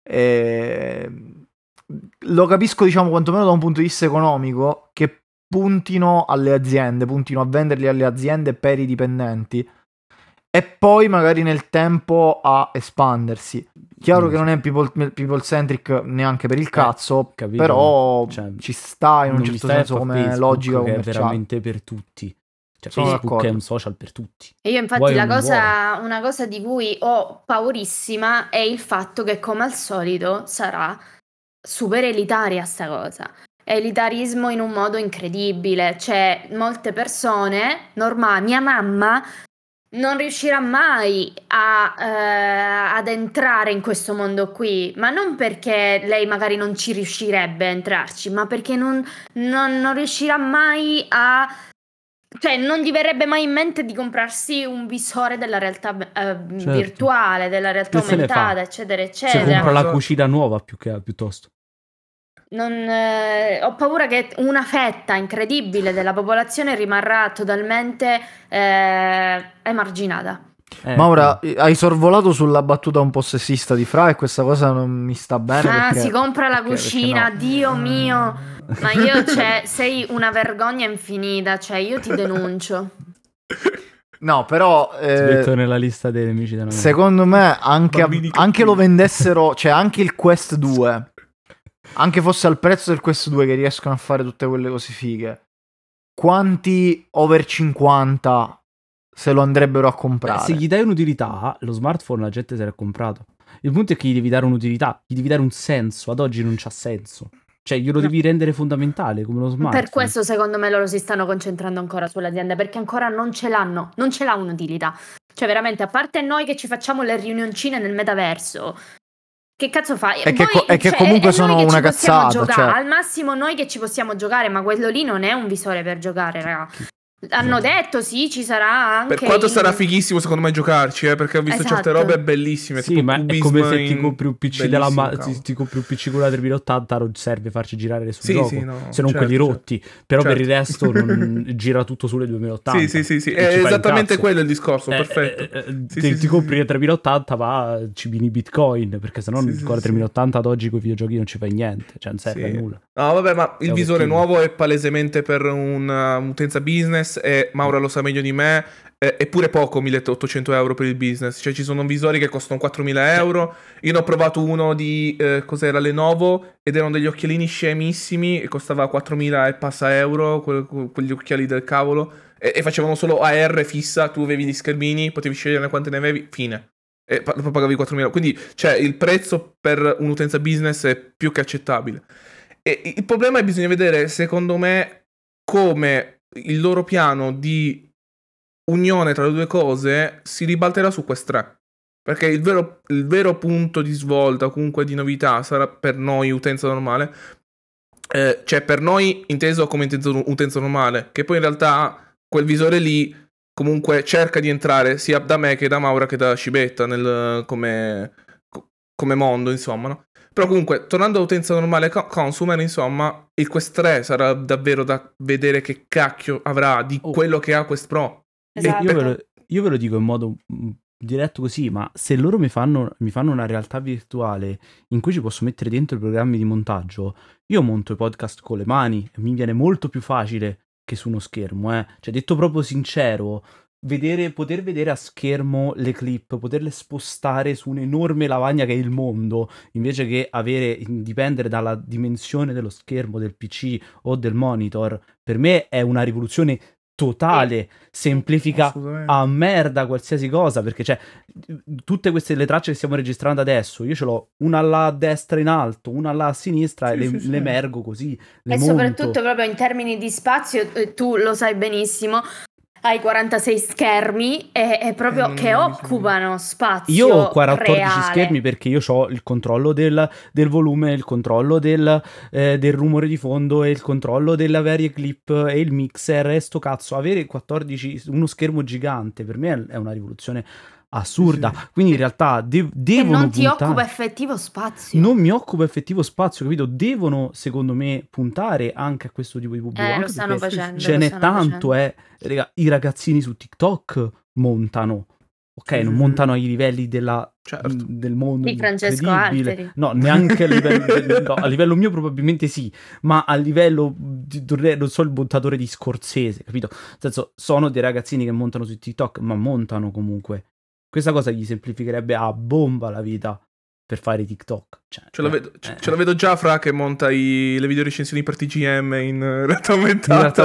S4: lo capisco, diciamo, quantomeno da un punto di vista economico, che puntino a venderli alle aziende per i dipendenti e poi magari nel tempo a espandersi. Chiaro che non è people centric neanche per il cazzo, però ci sta in un certo senso come Facebook, logica commerciale.
S2: È veramente per tutti. Cioè,
S4: sono
S2: Facebook
S4: d'accordo.
S2: È un social per tutti.
S3: E io infatti una cosa di cui ho paurissima è il fatto che, come al solito, sarà super elitaria sta cosa. È elitarismo in un modo incredibile. Cioè, molte persone normali, mia mamma non riuscirà mai ad entrare in questo mondo qui, ma non perché lei magari non ci riuscirebbe a entrarci, ma perché non riuscirà mai cioè non gli verrebbe mai in mente di comprarsi un visore della realtà virtuale, della realtà aumentata, eccetera, eccetera.
S2: Se compra la cucina nuova piuttosto.
S3: Ho paura che una fetta incredibile della popolazione rimarrà totalmente emarginata.
S4: Maura, hai sorvolato sulla battuta un po' sessista di Fra e questa cosa non mi sta bene.
S3: Si compra la cucina, no. Dio mio, ma io sei una vergogna infinita, cioè io ti denuncio.
S4: No, però
S2: ti metto nella lista dei nemici della
S4: secondo me anche lo vendessero, cioè anche il Quest 2, anche fosse al prezzo del Quest 2, che riescono a fare tutte quelle cose fighe, quanti over 50 se lo andrebbero a comprare?
S2: Se gli dai un'utilità, lo smartphone la gente se l'è comprato. Il punto è che gli devi dare un'utilità, gli devi dare un senso. Ad oggi non c'ha senso. Cioè glielo devi rendere fondamentale come lo smartphone.
S3: Per questo secondo me loro si stanno concentrando ancora sulle aziende, perché ancora non ce l'hanno, non ce l'ha un'utilità. Cioè veramente, a parte noi che ci facciamo le riunioncine nel metaverso, che cazzo fai?
S4: Che comunque sono una cazzata. Cioè...
S3: Al massimo noi che ci possiamo giocare, ma quello lì non è un visore per giocare, raga. Hanno detto sì, ci sarà anche.
S5: Per quanto sarà fighissimo secondo me giocarci, perché ho visto certe robe bellissime.
S2: Sì, ma è come se ti compri un PC ti compri un PC con la 3080, non serve farci girare sul gioco, se non quelli rotti. Però per il resto non gira tutto sulle 2080.
S5: Sì, è esattamente quello il discorso, perfetto.
S2: Ti compri la 3080, va, ci bini Bitcoin, perché sennò con la 3080 ad oggi con i videogiochi non ci fai niente, cioè non serve a nulla.
S5: No, vabbè, ma il visore nuovo è palesemente per un'utenza business. E Maura lo sa meglio di me, è pure poco 1.800 euro per il business. Cioè ci sono visori che costano 4.000 euro. Io ne ho provato uno di cos'era, Lenovo, ed erano degli occhialini scemissimi e costava 4.000 e passa euro, quegli occhiali del cavolo, e facevano solo AR fissa. Tu avevi gli schermini, potevi scegliere quante ne avevi, fine, e dopo pagavi 4.000 euro. Quindi cioè il prezzo per un'utenza business è più che accettabile. E il problema è che bisogna vedere, secondo me, come il loro piano di unione tra le due cose si ribalterà su Quest 3, perché il vero punto di svolta o comunque di novità sarà per noi utenza normale, cioè per noi inteso come utenza normale, che poi in realtà quel visore lì comunque cerca di entrare sia da me che da Maura che da Scibetta come mondo, insomma, no? Però comunque, tornando a utenza normale consumer, insomma, il Quest 3 sarà davvero da vedere che cacchio avrà di quello che ha Quest Pro.
S3: Esatto.
S2: Io ve lo dico in modo diretto così, ma se loro mi fanno una realtà virtuale in cui ci posso mettere dentro i programmi di montaggio, io monto i podcast con le mani e mi viene molto più facile che su uno schermo, Cioè, detto proprio sincero, poter vedere a schermo le clip, poterle spostare su un'enorme lavagna che è il mondo, invece che dipendere dalla dimensione dello schermo del PC o del monitor, per me è una rivoluzione totale, semplifica a merda qualsiasi cosa, perché cioè tutte le tracce che stiamo registrando adesso, io ce l'ho una là a destra in alto, una là a sinistra, e le emergo così, le monto.
S3: Soprattutto proprio in termini di spazio, tu lo sai benissimo, hai 46 schermi e proprio che occupano spazio.
S2: Io ho 14
S3: reale.
S2: schermi perché io ho il controllo del volume, il controllo del rumore di fondo e il controllo della varie clip e il mixer e sto cazzo. Avere 14, uno schermo gigante per me è una rivoluzione assurda.
S5: Sì.
S2: Quindi in realtà devono
S3: non ti
S2: puntare...
S3: occupa effettivo spazio.
S2: Non mi occupa effettivo spazio, capito? Devono, secondo me, puntare anche a questo tipo di pubblico.
S3: Lo
S2: Anche
S3: stanno
S2: perché
S3: facendo.
S2: ce n'è tanto, raga, i ragazzini su TikTok montano. Ok, non montano ai livelli del mondo
S3: di Francesco
S2: incredibile.
S3: Alteri.
S2: No, neanche a livello, no, a livello mio probabilmente sì, ma a livello non so, il montatore di Scorsese, capito? Nel senso, sono dei ragazzini che montano su TikTok, ma montano comunque. Questa cosa gli semplificherebbe a bomba la vita per fare TikTok.
S5: Ce la vedo già Fra che monta le video recensioni per TGM in realtà aumentata.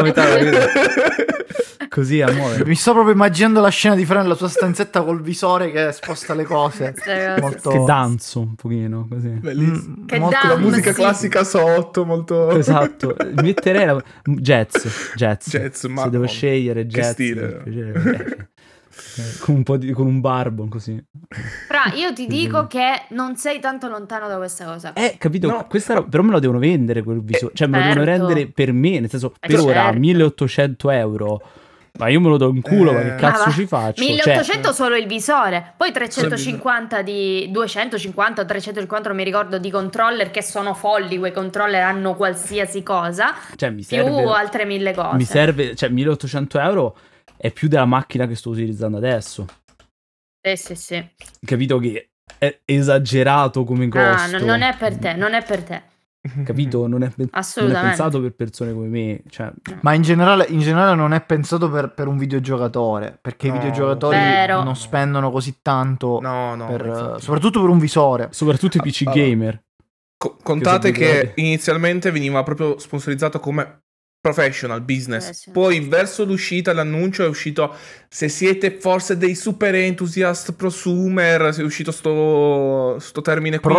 S2: Così a muovere.
S4: Mi sto proprio immaginando la scena di Fra nella sua stanzetta col visore che sposta le cose. Molto...
S2: Che danzo un pochino così.
S5: Bellissimo.
S3: Che
S5: molto la musica classica sotto, molto...
S2: Esatto. Metterei jazz,
S5: ma
S2: se devo scegliere jazz.
S5: Che stile.
S2: Con un barbon così.
S3: Fra, io ti dico che non sei tanto lontano da questa cosa.
S2: Capito?
S5: No.
S2: Però me lo devono vendere quel visore. Cioè me lo devono rendere per me. Nel senso, per ora 1.800 euro. Ma io me lo do in culo, ma che cazzo ci faccio?
S3: 1.800 solo il visore, poi 350 di 250 o 350 non mi ricordo di controller, che sono folli, quei controller hanno qualsiasi cosa,
S2: cioè, mi serve,
S3: più altre 1.000 cose.
S2: Mi serve, cioè 1.800 euro è più della macchina che sto utilizzando adesso.
S3: Sì.
S2: Capito che è esagerato come costo.
S3: Non è per te.
S2: Capito? Non è pensato per persone come me. Cioè...
S4: Ma in generale non è pensato per un videogiogatore, perché i videogiocatori non spendono così tanto, soprattutto per un visore.
S2: Soprattutto i PC gamer.
S5: Contate che inizialmente veniva proprio sponsorizzato come professional business.
S3: Sì.
S5: Poi verso l'uscita, l'annuncio è uscito: se siete forse dei super enthusiast prosumer, è uscito sto termine qui.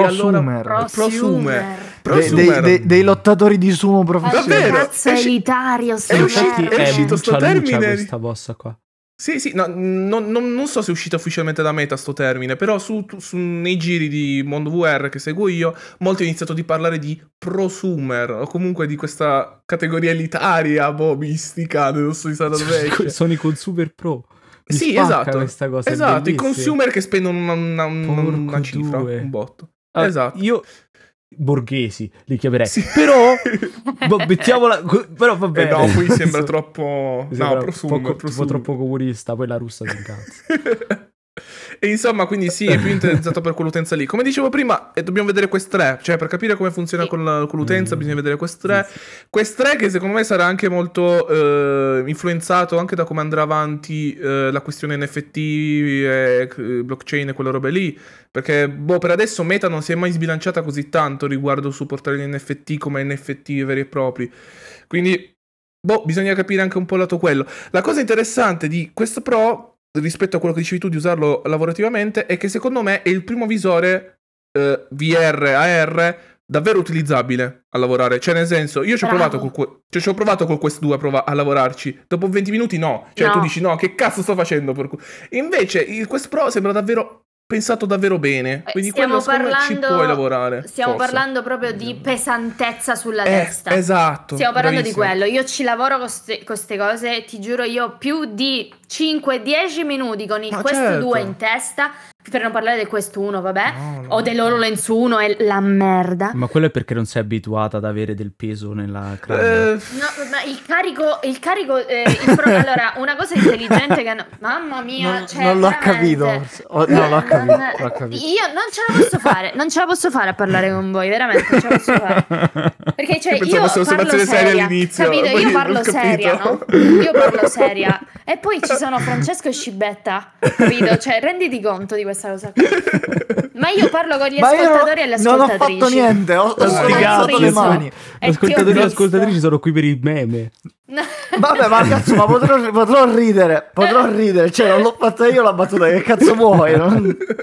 S4: Prosumer. Dei lottatori di sumo professionali.
S5: Davvero?
S3: Cazzo elitario.
S5: È uscito sto termine.
S2: Questa bossa qua.
S5: Sì, no, non so se è uscito ufficialmente da Meta sto termine, però nei giri di Mondo VR che seguo io, molti hanno iniziato di parlare di prosumer, o comunque di questa categoria elitaria, mistica, non so di sarà dove.
S2: Sono i consumer pro.
S5: Sì, esatto.
S2: Questa cosa
S5: esatto, i consumer che spendono una cifra, un botto. Esatto.
S2: Io... borghesi li chiamerei, sì. Però mettiamola, però vabbè,
S5: no, qui sembra troppo prosumer.
S2: Troppo comunista, poi la russa si incazza.
S5: E insomma, quindi sì, è più interessato per quell'utenza lì. Come dicevo prima, dobbiamo vedere Quest 3, cioè per capire come funziona con l'utenza bisogna vedere Quest 3. Sì. Quest 3 che secondo me sarà anche molto influenzato anche da come andrà avanti la questione NFT, blockchain e quelle robe lì, perché per adesso Meta non si è mai sbilanciata così tanto riguardo supportare gli NFT come NFT veri e propri. Quindi bisogna capire anche un po' il lato quello. La cosa interessante di Quest Pro rispetto a quello che dicevi tu di usarlo lavorativamente è che secondo me è il primo visore VR, AR davvero utilizzabile a lavorare. Cioè nel senso, io ci ho provato col Quest 2 a lavorarci, dopo 20 minuti no. Cioè tu dici no, che cazzo sto facendo? Invece il Quest Pro sembra davvero pensato davvero bene, quindi quello secondo me ci puoi lavorare.
S3: Stiamo parlando proprio di pesantezza sulla testa.
S5: Esatto.
S3: Stiamo parlando di quello. Io ci lavoro con queste cose, ti giuro, io più di 5-10 minuti con il Quest 2 in testa, per non parlare del Quest 1, vabbè, o dell'HoloLens 1, è la merda.
S2: Ma quello è perché non sei abituata ad avere del peso nella cranio.
S3: No, ma il carico allora, una cosa intelligente che mamma mia,
S4: non l'ho capito. Non l'ho capito.
S3: Io non ce la posso fare a parlare con voi, veramente non ce la posso fare. Perché io parlo seria all'inizio, capito? Io parlo seria, no? Io parlo seria. E poi ci sono Francesco e Scibetta, capito? Cioè, renditi conto di questa cosa qui. Ma io parlo con gli ascoltatori e le ascoltatrici.
S4: Non ho fatto niente, ho sfigato le mani.
S2: Gli ascoltatori e le ascoltatrici sono qui per il meme.
S4: Vabbè, ma cazzo, ma potrò ridere. Cioè, non l'ho fatta io la battuta, che cazzo vuoi?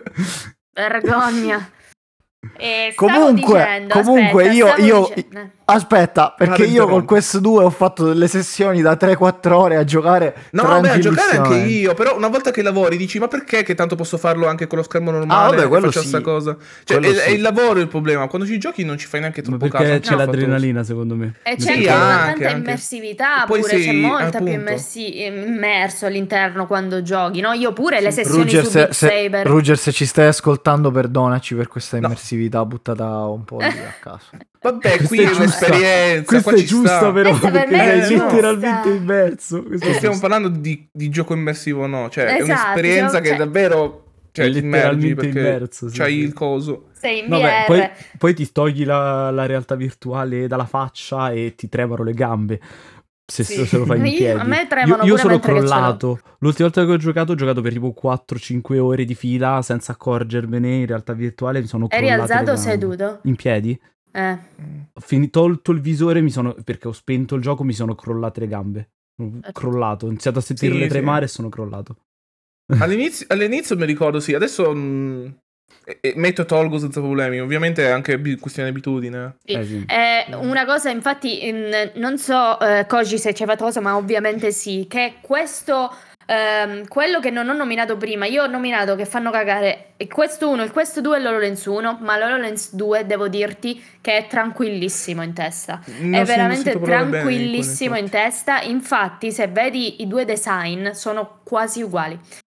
S3: Vergogna.
S4: Comunque, io Aspetta, perché io col Quest 2 ho fatto delle sessioni da 3-4 ore a giocare.
S5: No, vabbè, a giocare anche io, però una volta che lavori dici ma perché che tanto posso farlo anche con lo schermo normale?
S4: Vabbè, quello
S5: faccio
S4: sì.
S5: sta cosa. Cioè, è il lavoro il problema. Quando ci giochi non ci fai neanche troppo caso.
S2: Perché c'è l'adrenalina, secondo me.
S3: E c'è tanta immersività, pure c'è molta più immerso all'interno quando giochi, no? Io pure le sessioni su Beat Saber.
S4: Ruger, se ci stai ascoltando, perdonaci per questa immersività buttata un po' lì a caso.
S5: Vabbè, qui è un'esperienza.
S2: Questa è giusta, però, perché
S3: è
S2: letteralmente immerso.
S5: Stiamo parlando di gioco immersivo, no? Cioè, è un'esperienza che davvero... Cioè,
S2: letteralmente immerso.
S5: C'hai il coso.
S3: Sei in VR.
S2: Poi ti togli la realtà virtuale dalla faccia e ti tremano le gambe. Se lo fai in piedi.
S3: A me tremano
S2: io
S3: pure
S2: sono
S3: mentre
S2: crollato. L'ultima volta che ho giocato per tipo 4-5 ore di fila senza accorgermene in realtà virtuale. Mi sono crollato.
S3: Eri alzato o seduto?
S2: In piedi. Tolto il visore, perché ho spento il gioco, mi sono crollate le gambe. Crollato, ho iniziato a sentirle tremare e sono crollato.
S5: All'inizio mi ricordo, sì, adesso metto e tolgo senza problemi. Ovviamente è anche questione di abitudine.
S3: Sì. Una cosa, infatti, non so, Koji, se c'è fatto cosa, ma ovviamente sì, che questo... quello che non ho nominato prima, io ho nominato che fanno cagare il Quest 1, il Quest 2 e l'HoloLens 1, ma l'HoloLens 2 devo dirti che è tranquillissimo in testa, è veramente tranquillissimo in testa. Infatti se vedi i due design sono quasi uguali,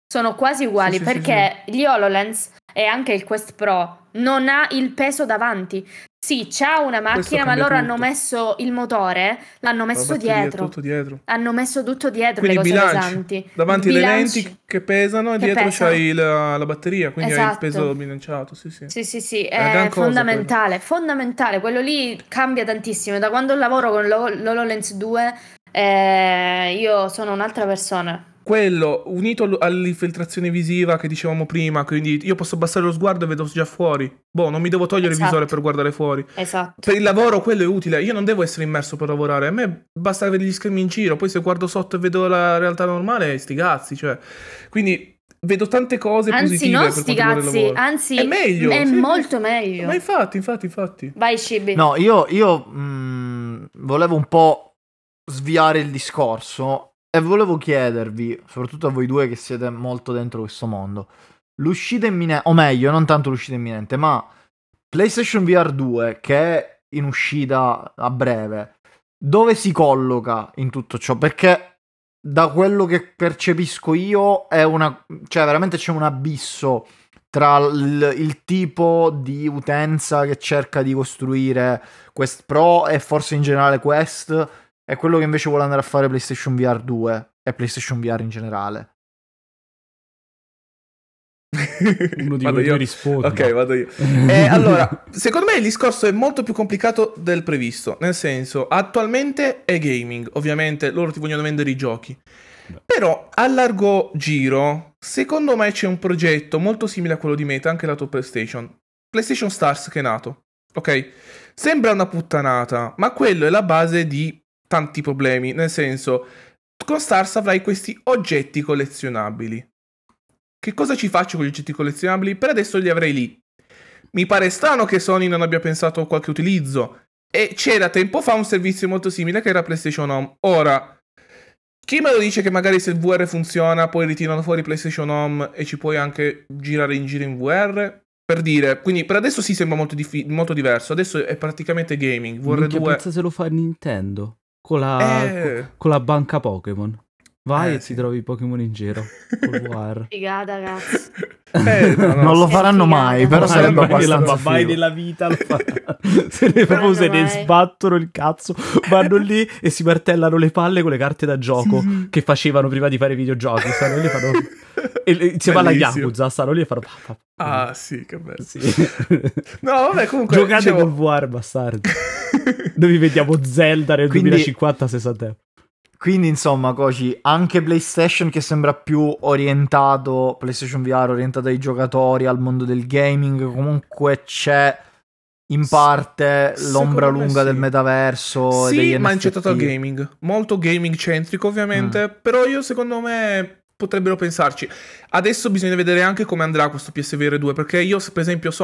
S3: perché gli HoloLens e anche il Quest Pro non ha il peso davanti. Sì, c'ha una macchina, ma loro hanno messo il motore, l'hanno messo dietro.
S5: Tutto dietro.
S3: Hanno messo tutto dietro.
S5: Quindi
S3: le cose pesanti.
S5: Davanti le lenti che pesano e dietro c'hai la batteria, quindi hai il peso bilanciato.
S3: Sì, è fondamentale. Fondamentale, quello lì cambia tantissimo. Da quando lavoro con l'HoloLens 2 io sono un'altra persona.
S5: Quello unito all'infiltrazione visiva che dicevamo prima, quindi io posso abbassare lo sguardo e vedo già fuori. Non mi devo togliere il visore per guardare fuori.
S3: Esatto.
S5: Per il lavoro quello è utile. Io non devo essere immerso per lavorare. A me basta vedere gli schermi in giro. Poi se guardo sotto e vedo la realtà normale, sti cazzi, cioè. Quindi vedo tante cose positive.
S3: Anzi, non sti cazzi, anzi
S5: è meglio.
S3: È molto meglio.
S5: Ma infatti.
S3: Vai, Cibi.
S4: No, io volevo un po' sviare il discorso. E volevo chiedervi, soprattutto a voi due che siete molto dentro questo mondo, l'uscita imminente, o meglio, non tanto l'uscita imminente, ma PlayStation VR 2, che è in uscita a breve, dove si colloca in tutto ciò? Perché da quello che percepisco io cioè veramente c'è un abisso tra il tipo di utenza che cerca di costruire Quest Pro e forse in generale Quest, è quello che invece vuole andare a fare PlayStation VR 2 e PlayStation VR in generale.
S2: Uno di voi risponde.
S5: Ok, vado io. Allora, secondo me il discorso è molto più complicato del previsto. Nel senso, attualmente è gaming. Ovviamente loro ti vogliono vendere i giochi. Però a largo giro, secondo me c'è un progetto molto simile a quello di Meta, anche lato PlayStation Stars, che è nato. Ok? Sembra una puttanata, ma quello è la base di tanti problemi, nel senso, con Stars avrai questi oggetti collezionabili. Che cosa ci faccio con gli oggetti collezionabili? Per adesso li avrei lì. Mi pare strano che Sony non abbia pensato a qualche utilizzo, e c'era tempo fa un servizio molto simile che era PlayStation Home. Ora, chi me lo dice che magari se il VR funziona poi ritirano fuori PlayStation Home e ci puoi anche girare in giro in VR? Per dire, quindi per adesso sì sembra molto diverso, adesso è praticamente gaming. VR2
S2: pensa se lo fa Nintendo con la banca Pokémon. Vai e ti trovi i Pokémon in giro col VR.
S3: Figata, cazzo.
S4: Non lo faranno mai, però sarebbe abbastanza
S2: mai
S4: figo.
S2: nella vita lo faranno. Se ne sbattono il cazzo, vanno lì e si martellano le palle con le carte da gioco che facevano prima di fare videogiochi. Stanno lì fanno insieme alla Yakuza, stanno lì e fanno
S5: ah sì, che bello.
S2: Sì.
S5: No, vabbè, comunque
S2: giocate col VR, bastardi. Noi vi vediamo Zelda nel 2050 60 euro.
S4: Quindi insomma, Koji, anche PlayStation che sembra più orientato, PlayStation VR orientato ai giocatori, al mondo del gaming, comunque c'è in parte l'ombra lunga del metaverso.
S5: Sì,
S4: e
S5: ma è incentrato al gaming, molto gaming centrico ovviamente, però io secondo me potrebbero pensarci. Adesso bisogna vedere anche come andrà questo PSVR 2, perché io per esempio Sony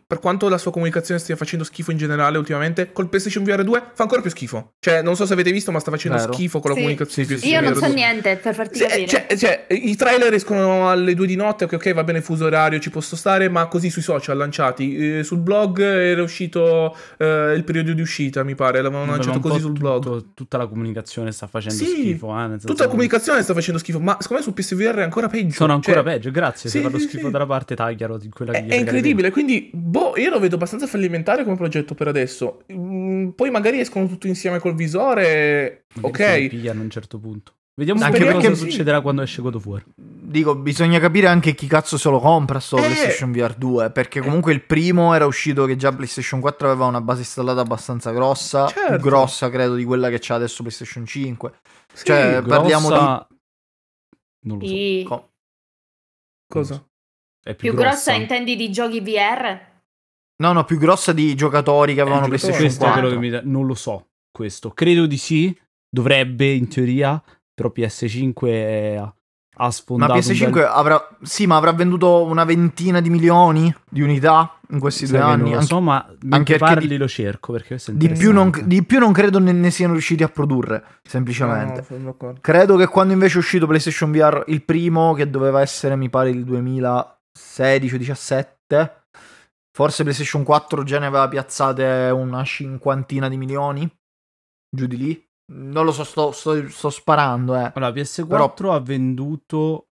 S5: per quanto la sua comunicazione stia facendo schifo in generale ultimamente, col PlayStation VR 2 fa ancora più schifo. Cioè, non so se avete visto, ma sta facendo schifo con la comunicazione di
S3: Io
S5: PlayStation
S3: non
S5: VR
S3: so
S5: 2.
S3: niente, per farti capire.
S5: Cioè, i trailer escono alle 2 di notte, ok, va bene, fuso orario, ci posso stare, ma così sui social lanciati. Sul blog era uscito il periodo di uscita, mi pare, l'avevano lanciato così sul blog.
S2: Tutta la comunicazione sta facendo schifo. Nel senso
S5: tutta la comunicazione sta facendo schifo, ma secondo me su PSVR è ancora peggio.
S2: Sono ancora peggio, grazie. Se fanno schifo dalla parte, taglialo di quella che
S5: è incredibile, quindi io lo vedo abbastanza fallimentare come progetto per adesso. Poi magari escono tutti insieme col visore,
S2: magari ok. Pigliano a un certo punto. Vediamo
S4: anche
S2: cosa succederà quando esce God of War.
S4: Dico, bisogna capire anche chi cazzo se lo compra sto PlayStation VR 2, perché comunque il primo era uscito che già PlayStation 4 aveva una base installata abbastanza grossa, più grossa credo di quella che c'ha adesso PlayStation 5. Cioè, parliamo di...
S2: Non lo so.
S5: Cosa?
S2: È
S3: più grossa intendi di giochi VR?
S4: No, più grossa di giocatori che avevano PlayStation 4.
S2: Questo è quello che non lo so, questo. Credo di sì, dovrebbe in teoria, però PS5 ha sfondato.
S4: Ma PS5 avrà venduto una ventina di milioni di unità in questi 2 anni.
S2: Non lo so, ma anche parli lo cerco, perché
S4: di più non credo ne siano riusciti a produrre, semplicemente.
S5: No,
S4: credo che quando invece è uscito PlayStation VR il primo, che doveva essere mi pare il 2016 o 17, forse PlayStation 4 già ne aveva piazzate una 50 di milioni, giù di lì. Non lo so, sto sparando.
S2: Allora, PS4 però ha venduto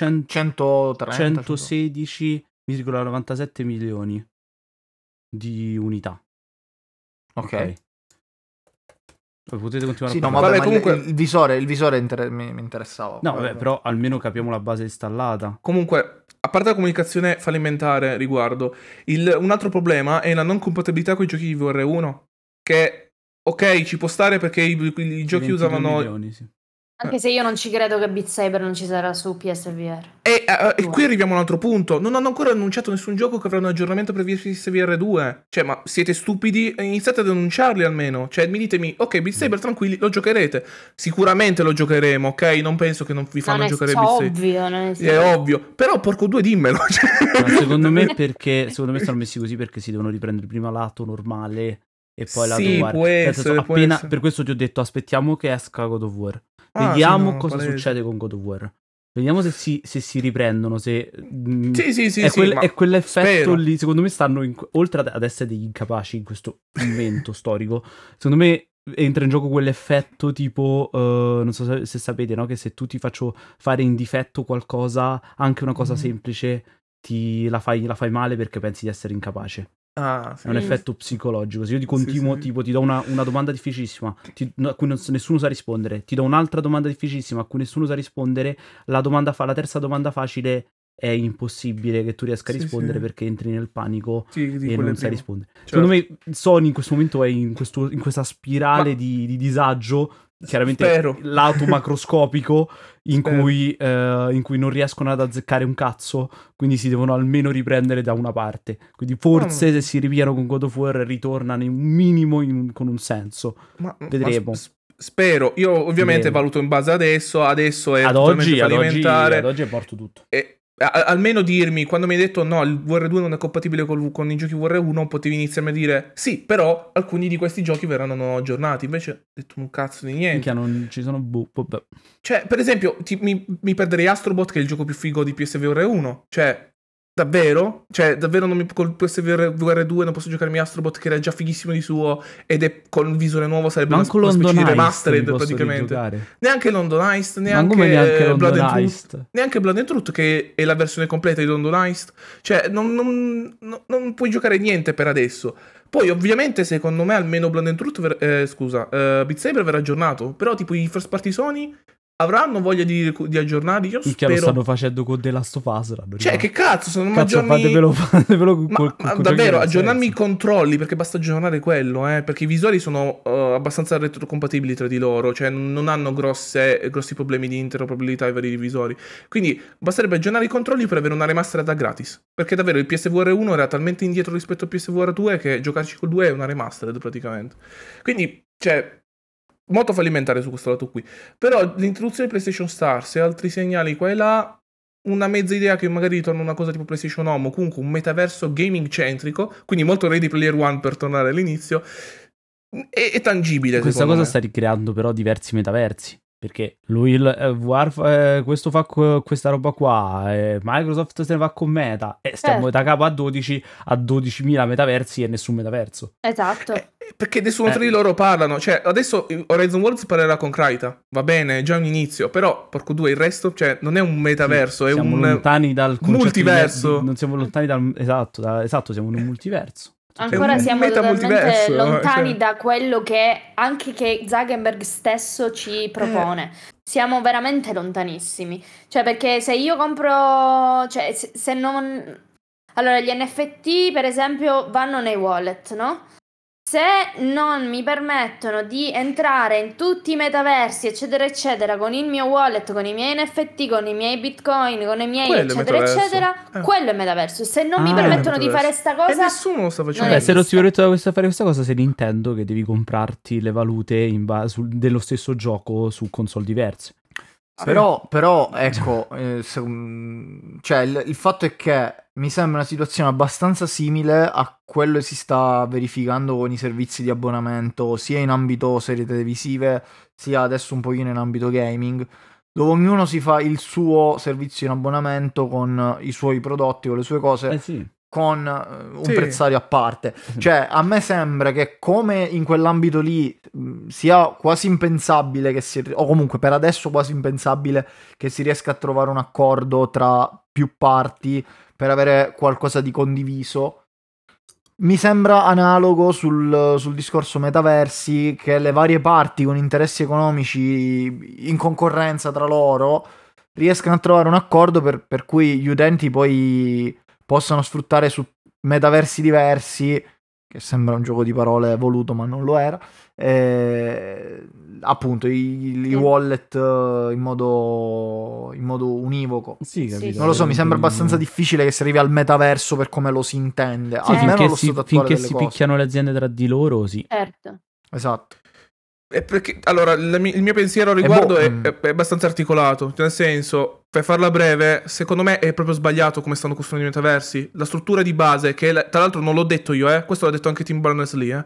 S2: 116,97 milioni di unità.
S4: Ok.
S2: Poi potete continuare
S4: a parlare. Vabbè, comunque il visore mi interessava.
S2: No, vabbè, però almeno capiamo la base installata.
S5: Comunque, a parte la comunicazione fallimentare riguardo, un altro problema è la non compatibilità con i giochi di VR1, che ok, ci può stare perché i giochi usavano...
S2: milioni, sì.
S3: Anche se io non ci credo che Beat Saber non ci sarà su PSVR.
S5: E qui arriviamo a un altro punto. Non hanno ancora annunciato nessun gioco che avrà un aggiornamento per PSVR 2. Cioè, ma siete stupidi? Iniziate ad annunciarli almeno. Cioè, mi ditemi, ok, Beat Saber tranquilli, lo giocherete. Sicuramente lo giocheremo, ok? Non penso che non vi fanno giocare Beat Saber. È ovvio. Però, porco due, dimmelo.
S2: Ma secondo me stanno messi così perché si devono riprendere prima lato normale e poi lato War.
S5: Può essere.
S2: Per questo ti ho detto, aspettiamo che esca God of War. Vediamo cosa succede con God of War. Vediamo se si riprendono. Se è quell'effetto
S5: spero.
S2: Lì. Secondo me stanno oltre ad essere degli incapaci in questo momento storico. Secondo me entra in gioco quell'effetto tipo non so se sapete, no? Che se tu ti faccio fare in difetto qualcosa, anche una cosa semplice, la fai male perché pensi di essere incapace. È un effetto psicologico. Se io ti continuo, tipo, ti do una domanda difficilissima a cui nessuno sa rispondere, ti do un'altra domanda difficilissima a cui nessuno sa rispondere, la terza domanda facile è impossibile che tu riesca a rispondere perché entri nel panico e non sai rispondere. Certo. Secondo me Sony in questo momento è in questa spirale di disagio, chiaramente lato macroscopico in cui non riescono ad azzeccare un cazzo, quindi si devono almeno riprendere da una parte. Quindi forse se si ripiano con God of War ritornano in un minimo con un senso. Vedremo.
S5: Spero. Io ovviamente valuto in base adesso è
S2: ad
S5: totalmente fallimentare.
S2: Ad oggi è morto tutto.
S5: Almeno dirmi, quando mi hai detto no, il VR2 non è compatibile con i giochi VR1, potevi iniziarmi a dire sì, però alcuni di questi giochi verranno aggiornati. Invece ho detto un cazzo di niente.
S2: Minchia, non ci sono vabbè.
S5: Cioè, per esempio, mi perderei Astrobot, che è il gioco più figo di PSVR1. Cioè, davvero? Cioè, davvero col PSVR 2 non posso giocarmi Astrobot, che era già fighissimo di suo, ed è con il visore nuovo, sarebbe una specie di remastered praticamente. Neanche London Heist, neanche Blood and Truth, che è la versione completa di London Heist. Cioè, non puoi giocare niente per adesso. Poi, ovviamente, secondo me, almeno Blood and Truth, Beat Saber verrà aggiornato. Però, tipo, i first party Sony avranno voglia di aggiornarli? Io spero.
S2: Lo stanno facendo con The Last of Us.
S5: Cioè, che cazzo, sono fatevelo davvero, aggiornarmi i controlli, perché basta aggiornare quello, perché i visori sono abbastanza retrocompatibili tra di loro, cioè non hanno grossi problemi di interoperabilità i vari visori. Quindi basterebbe aggiornare i controlli per avere una remasterata gratis, perché davvero il PSVR 1 era talmente indietro rispetto al PSVR 2 che giocarci col 2 è una remastered praticamente. Quindi, cioè, molto fallimentare su questo lato qui. Però l'introduzione di PlayStation Stars e altri segnali qua e là una mezza idea che magari ritorna una cosa tipo PlayStation Home o comunque un metaverso gaming centrico, quindi molto Ready Player One per tornare all'inizio, è tangibile.
S2: Questa cosa sta ricreando però diversi metaversi. Perché lui VR questo fa questa roba qua, Microsoft se ne va con Meta e stiamo da capo a 12.000 metaversi e nessun metaverso.
S3: Esatto.
S5: Perché nessuno tra di loro parlano. Cioè, adesso Horizon Worlds parlerà con Kraita. Va bene, è già un inizio. Però, porco due, il resto, cioè, non è un metaverso, è
S2: siamo
S5: un
S2: lontani dal
S5: multiverso.
S2: Non siamo lontani dal... Esatto, siamo in un multiverso.
S3: Ancora siamo totalmente lontani
S5: cioè...
S3: da quello che anche che Zuckerberg stesso ci propone. Siamo veramente lontanissimi. Cioè, perché se io compro... Cioè, se non... Allora, gli NFT, per esempio, vanno nei wallet, no? Se non mi permettono di entrare in tutti i metaversi, eccetera, eccetera, con il mio wallet, con i miei NFT, con i miei bitcoin, con i miei
S5: quello
S3: eccetera, eccetera, quello è metaverso. Se non mi permettono di fare sta cosa...
S5: E nessuno lo sta facendo.
S2: Se non si permettono di fare questa cosa, sei Nintendo che devi comprarti le valute dello stesso gioco su console diverse.
S4: Però ecco, cioè il fatto è che mi sembra una situazione abbastanza simile a quello che si sta verificando con i servizi di abbonamento sia in ambito serie televisive sia adesso un pochino in ambito gaming, dove ognuno si fa il suo servizio in abbonamento con i suoi prodotti, con le sue cose, con un prezzario a parte. Cioè, a me sembra che come in quell'ambito lì sia quasi impensabile che o comunque per adesso quasi impensabile che si riesca a trovare un accordo tra più parti per avere qualcosa di condiviso. Mi sembra analogo sul discorso metaversi, che le varie parti con interessi economici in concorrenza tra loro riescano a trovare un accordo per cui gli utenti poi possano sfruttare su metaversi diversi, che sembra un gioco di parole voluto ma non lo era, appunto i wallet in modo univoco. Non lo so, mi sembra abbastanza difficile che si arrivi al metaverso per come lo si intende, almeno allo stato attuale
S2: finché
S4: delle
S2: si
S4: cose.
S2: Picchiano le aziende tra di loro, sì.
S3: Certo.
S4: Esatto.
S5: Perché, allora, il mio pensiero a riguardo è abbastanza articolato. Nel senso, per farla breve, secondo me è proprio sbagliato come stanno costruendo i metaversi. La struttura di base, che tra l'altro non l'ho detto io, questo l'ha detto anche Tim Berners-Lee,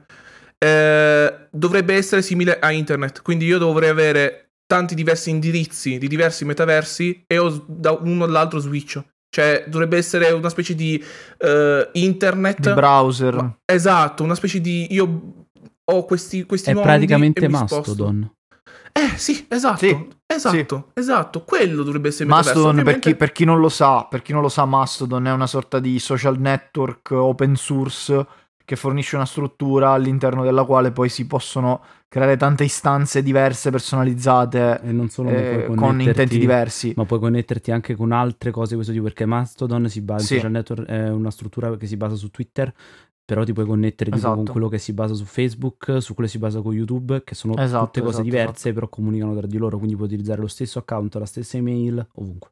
S5: dovrebbe essere simile a internet. Quindi io dovrei avere tanti diversi indirizzi di diversi metaversi e da uno all'altro switcho. Cioè, dovrebbe essere una specie di internet,
S4: di browser.
S5: Esatto, una specie di... Io ho questi
S2: è praticamente Mastodon.
S5: Sì, esatto. Esatto. Quello dovrebbe essere
S4: Mastodon.
S5: Ovviamente...
S4: per chi non lo sa, Mastodon è una sorta di social network open source che fornisce una struttura all'interno della quale poi si possono creare tante istanze diverse, personalizzate,
S2: e non solo
S4: con intenti diversi,
S2: ma puoi connetterti anche con altre cose di questo tipo, perché Mastodon si basa social network, è una struttura che si basa su Twitter, però ti puoi connettere tipo con quello che si basa su Facebook, su quello che si basa con YouTube, che sono tutte cose diverse, però comunicano tra di loro, quindi puoi utilizzare lo stesso account, la stessa email, ovunque.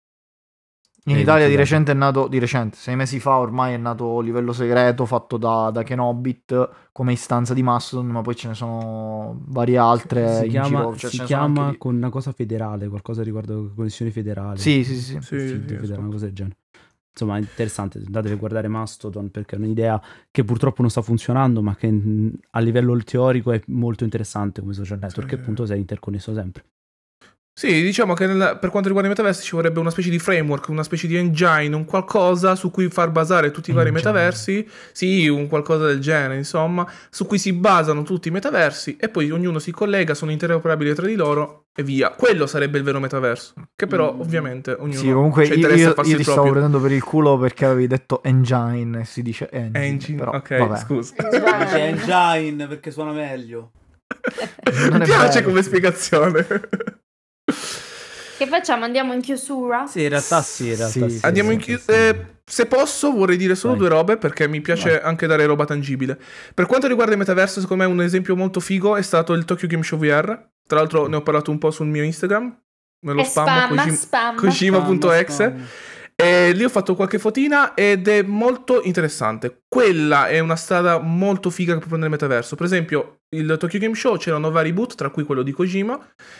S4: In Italia di recente, 6 mesi fa ormai è nato Livello Segreto, fatto da Kenobit come istanza di Mastodon, ma poi ce ne sono varie altre
S2: si chiama con una cosa federale, qualcosa riguardo connessioni federali.
S4: Sì.
S2: Federale, una cosa del genere. Insomma, è interessante, andatevi a guardare Mastodon, perché è un'idea che purtroppo non sta funzionando, ma che a livello teorico è molto interessante come social network, che appunto sei interconnesso sempre.
S5: Sì, diciamo che per quanto riguarda i metaversi ci vorrebbe una specie di framework, una specie di engine, un qualcosa su cui far basare tutti i vari metaversi. Sì, un qualcosa del genere, insomma, su cui si basano tutti i metaversi e poi ognuno si collega, sono interoperabili tra di loro e via. Quello sarebbe il vero metaverso, che però ovviamente ognuno...
S4: Sì, comunque io ti stavo prendendo per il culo perché avevi detto engine e si dice engine però,
S5: ok,
S4: vabbè.
S5: scusa.
S2: Engine perché suona meglio.
S5: Mi piace come spiegazione.
S3: Che facciamo? Andiamo in chiusura?
S2: Sì, in realtà sì.
S5: Andiamo in chiusura. Se posso, vorrei dire solo due robe, perché mi piace anche dare roba tangibile. Per quanto riguarda il metaverso, secondo me un esempio molto figo è stato il Tokyo Game Show VR. Tra l'altro ne ho parlato un po' sul mio Instagram. Me lo spam. Kojima.exe. E lì ho fatto qualche fotina ed è molto interessante. Quella è una strada molto figa che puoi prendere nel metaverso. Per esempio, il Tokyo Game Show c'erano vari boot, tra cui quello di Kojima.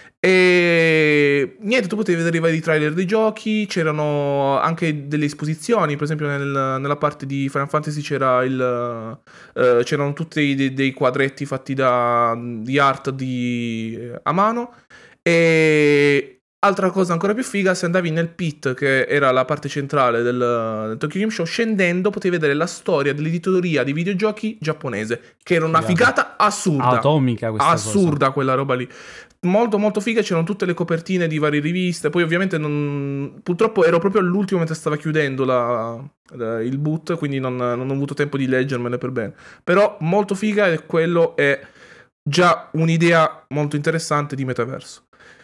S5: E niente, tu potevi vedere i vari trailer dei giochi. C'erano anche delle esposizioni. Per esempio, nella parte di Final Fantasy c'erano tutti dei quadretti fatti di art a mano. E altra cosa ancora più figa, se andavi nel pit, che era la parte centrale del Tokyo Game Show, scendendo potevi vedere la storia dell'editoria di videogiochi giapponese, che era una figata assurda.
S2: Atomica questa
S5: assurda
S2: cosa.
S5: Quella roba lì. Molto molto figa, c'erano tutte le copertine di varie riviste. Poi ovviamente purtroppo ero proprio all'ultimo mentre stava chiudendo il boot, quindi non ho avuto tempo di leggermele per bene. Però molto figa, e quello è già un'idea molto interessante di metaverso.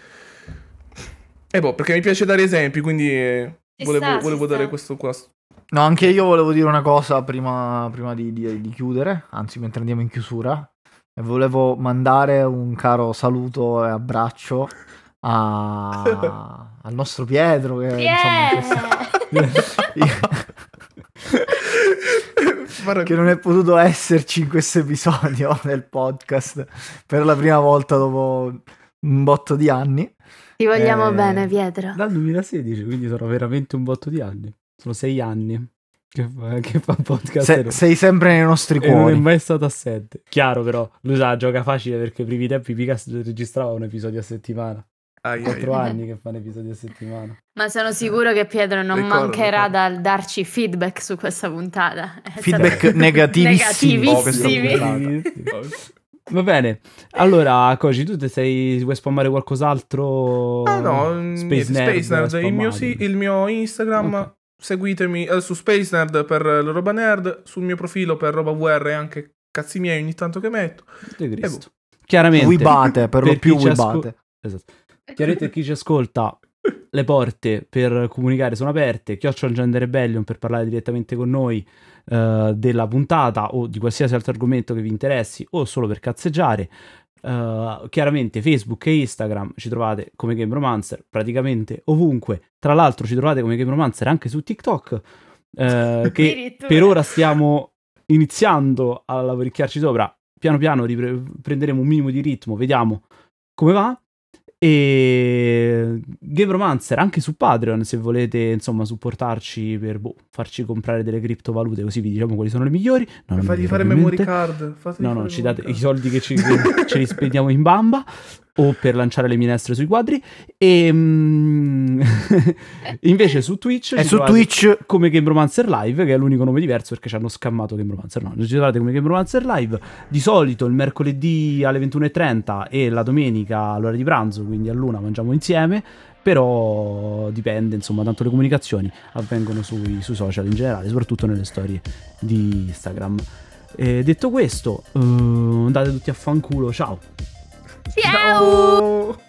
S5: Perché mi piace dare esempi, quindi volevo dare questo qua.
S4: No, anche io volevo dire una cosa prima di chiudere, anzi mentre andiamo in chiusura, e volevo mandare un caro saluto e abbraccio al nostro Pietro, che che non è potuto esserci in questo episodio del podcast per la prima volta dopo un botto di anni.
S3: Ti vogliamo bene, Pietro.
S2: Dal 2016, quindi sono veramente un botto di anni. Sono 6 anni che fa podcast.
S4: Sei sempre nei nostri cuori.
S2: E non è mai stato assente. Chiaro, però, lui sa, gioca facile perché i primi tempi Picas registrava un episodio a settimana. 4 anni che fa un episodio a settimana.
S3: Ma sono sicuro che Pietro non mancherà dal darci feedback su questa puntata.
S4: Feedback negativissimi.
S2: Va bene, allora Koji, tu vuoi spammare qualcos'altro?
S5: No,
S2: Space
S5: Nerd, il mio Instagram, okay. Seguitemi su Space Nerd per la roba nerd, sul mio profilo per roba VR e anche cazzi miei ogni tanto che metto.
S2: Chiaramente
S4: Wibate, per lo più Wibate.
S2: Esatto. Chiaramente chi ci ascolta, le porte per comunicare sono aperte. @Gender Rebellion per parlare direttamente con noi della puntata o di qualsiasi altro argomento che vi interessi o solo per cazzeggiare. Chiaramente Facebook e Instagram ci trovate come Game Romancer praticamente ovunque. Tra l'altro ci trovate come Game Romancer anche su TikTok, che per ora stiamo iniziando a lavoricchiarci sopra. Piano piano prenderemo un minimo di ritmo, vediamo come va. E Game Romancer anche su Patreon, se volete insomma supportarci per farci comprare delle criptovalute, così vi diciamo quali sono le migliori.
S5: Fate fare memory card.
S2: No, ci date i soldi che ce li spendiamo in bamba o per lanciare le minestre sui quadri. E invece su Twitch come Game Romancer Live, che è l'unico nome diverso perché ci hanno scammato Game Romancer. No, ci trovate come Game Romancer Live di solito il mercoledì alle 21:30 e la domenica all'ora di pranzo, quindi a luna mangiamo insieme. Però dipende, insomma, tanto le comunicazioni avvengono sui social in generale, soprattutto nelle storie di Instagram. Detto questo, andate tutti a fanculo, ciao.
S3: Ciao!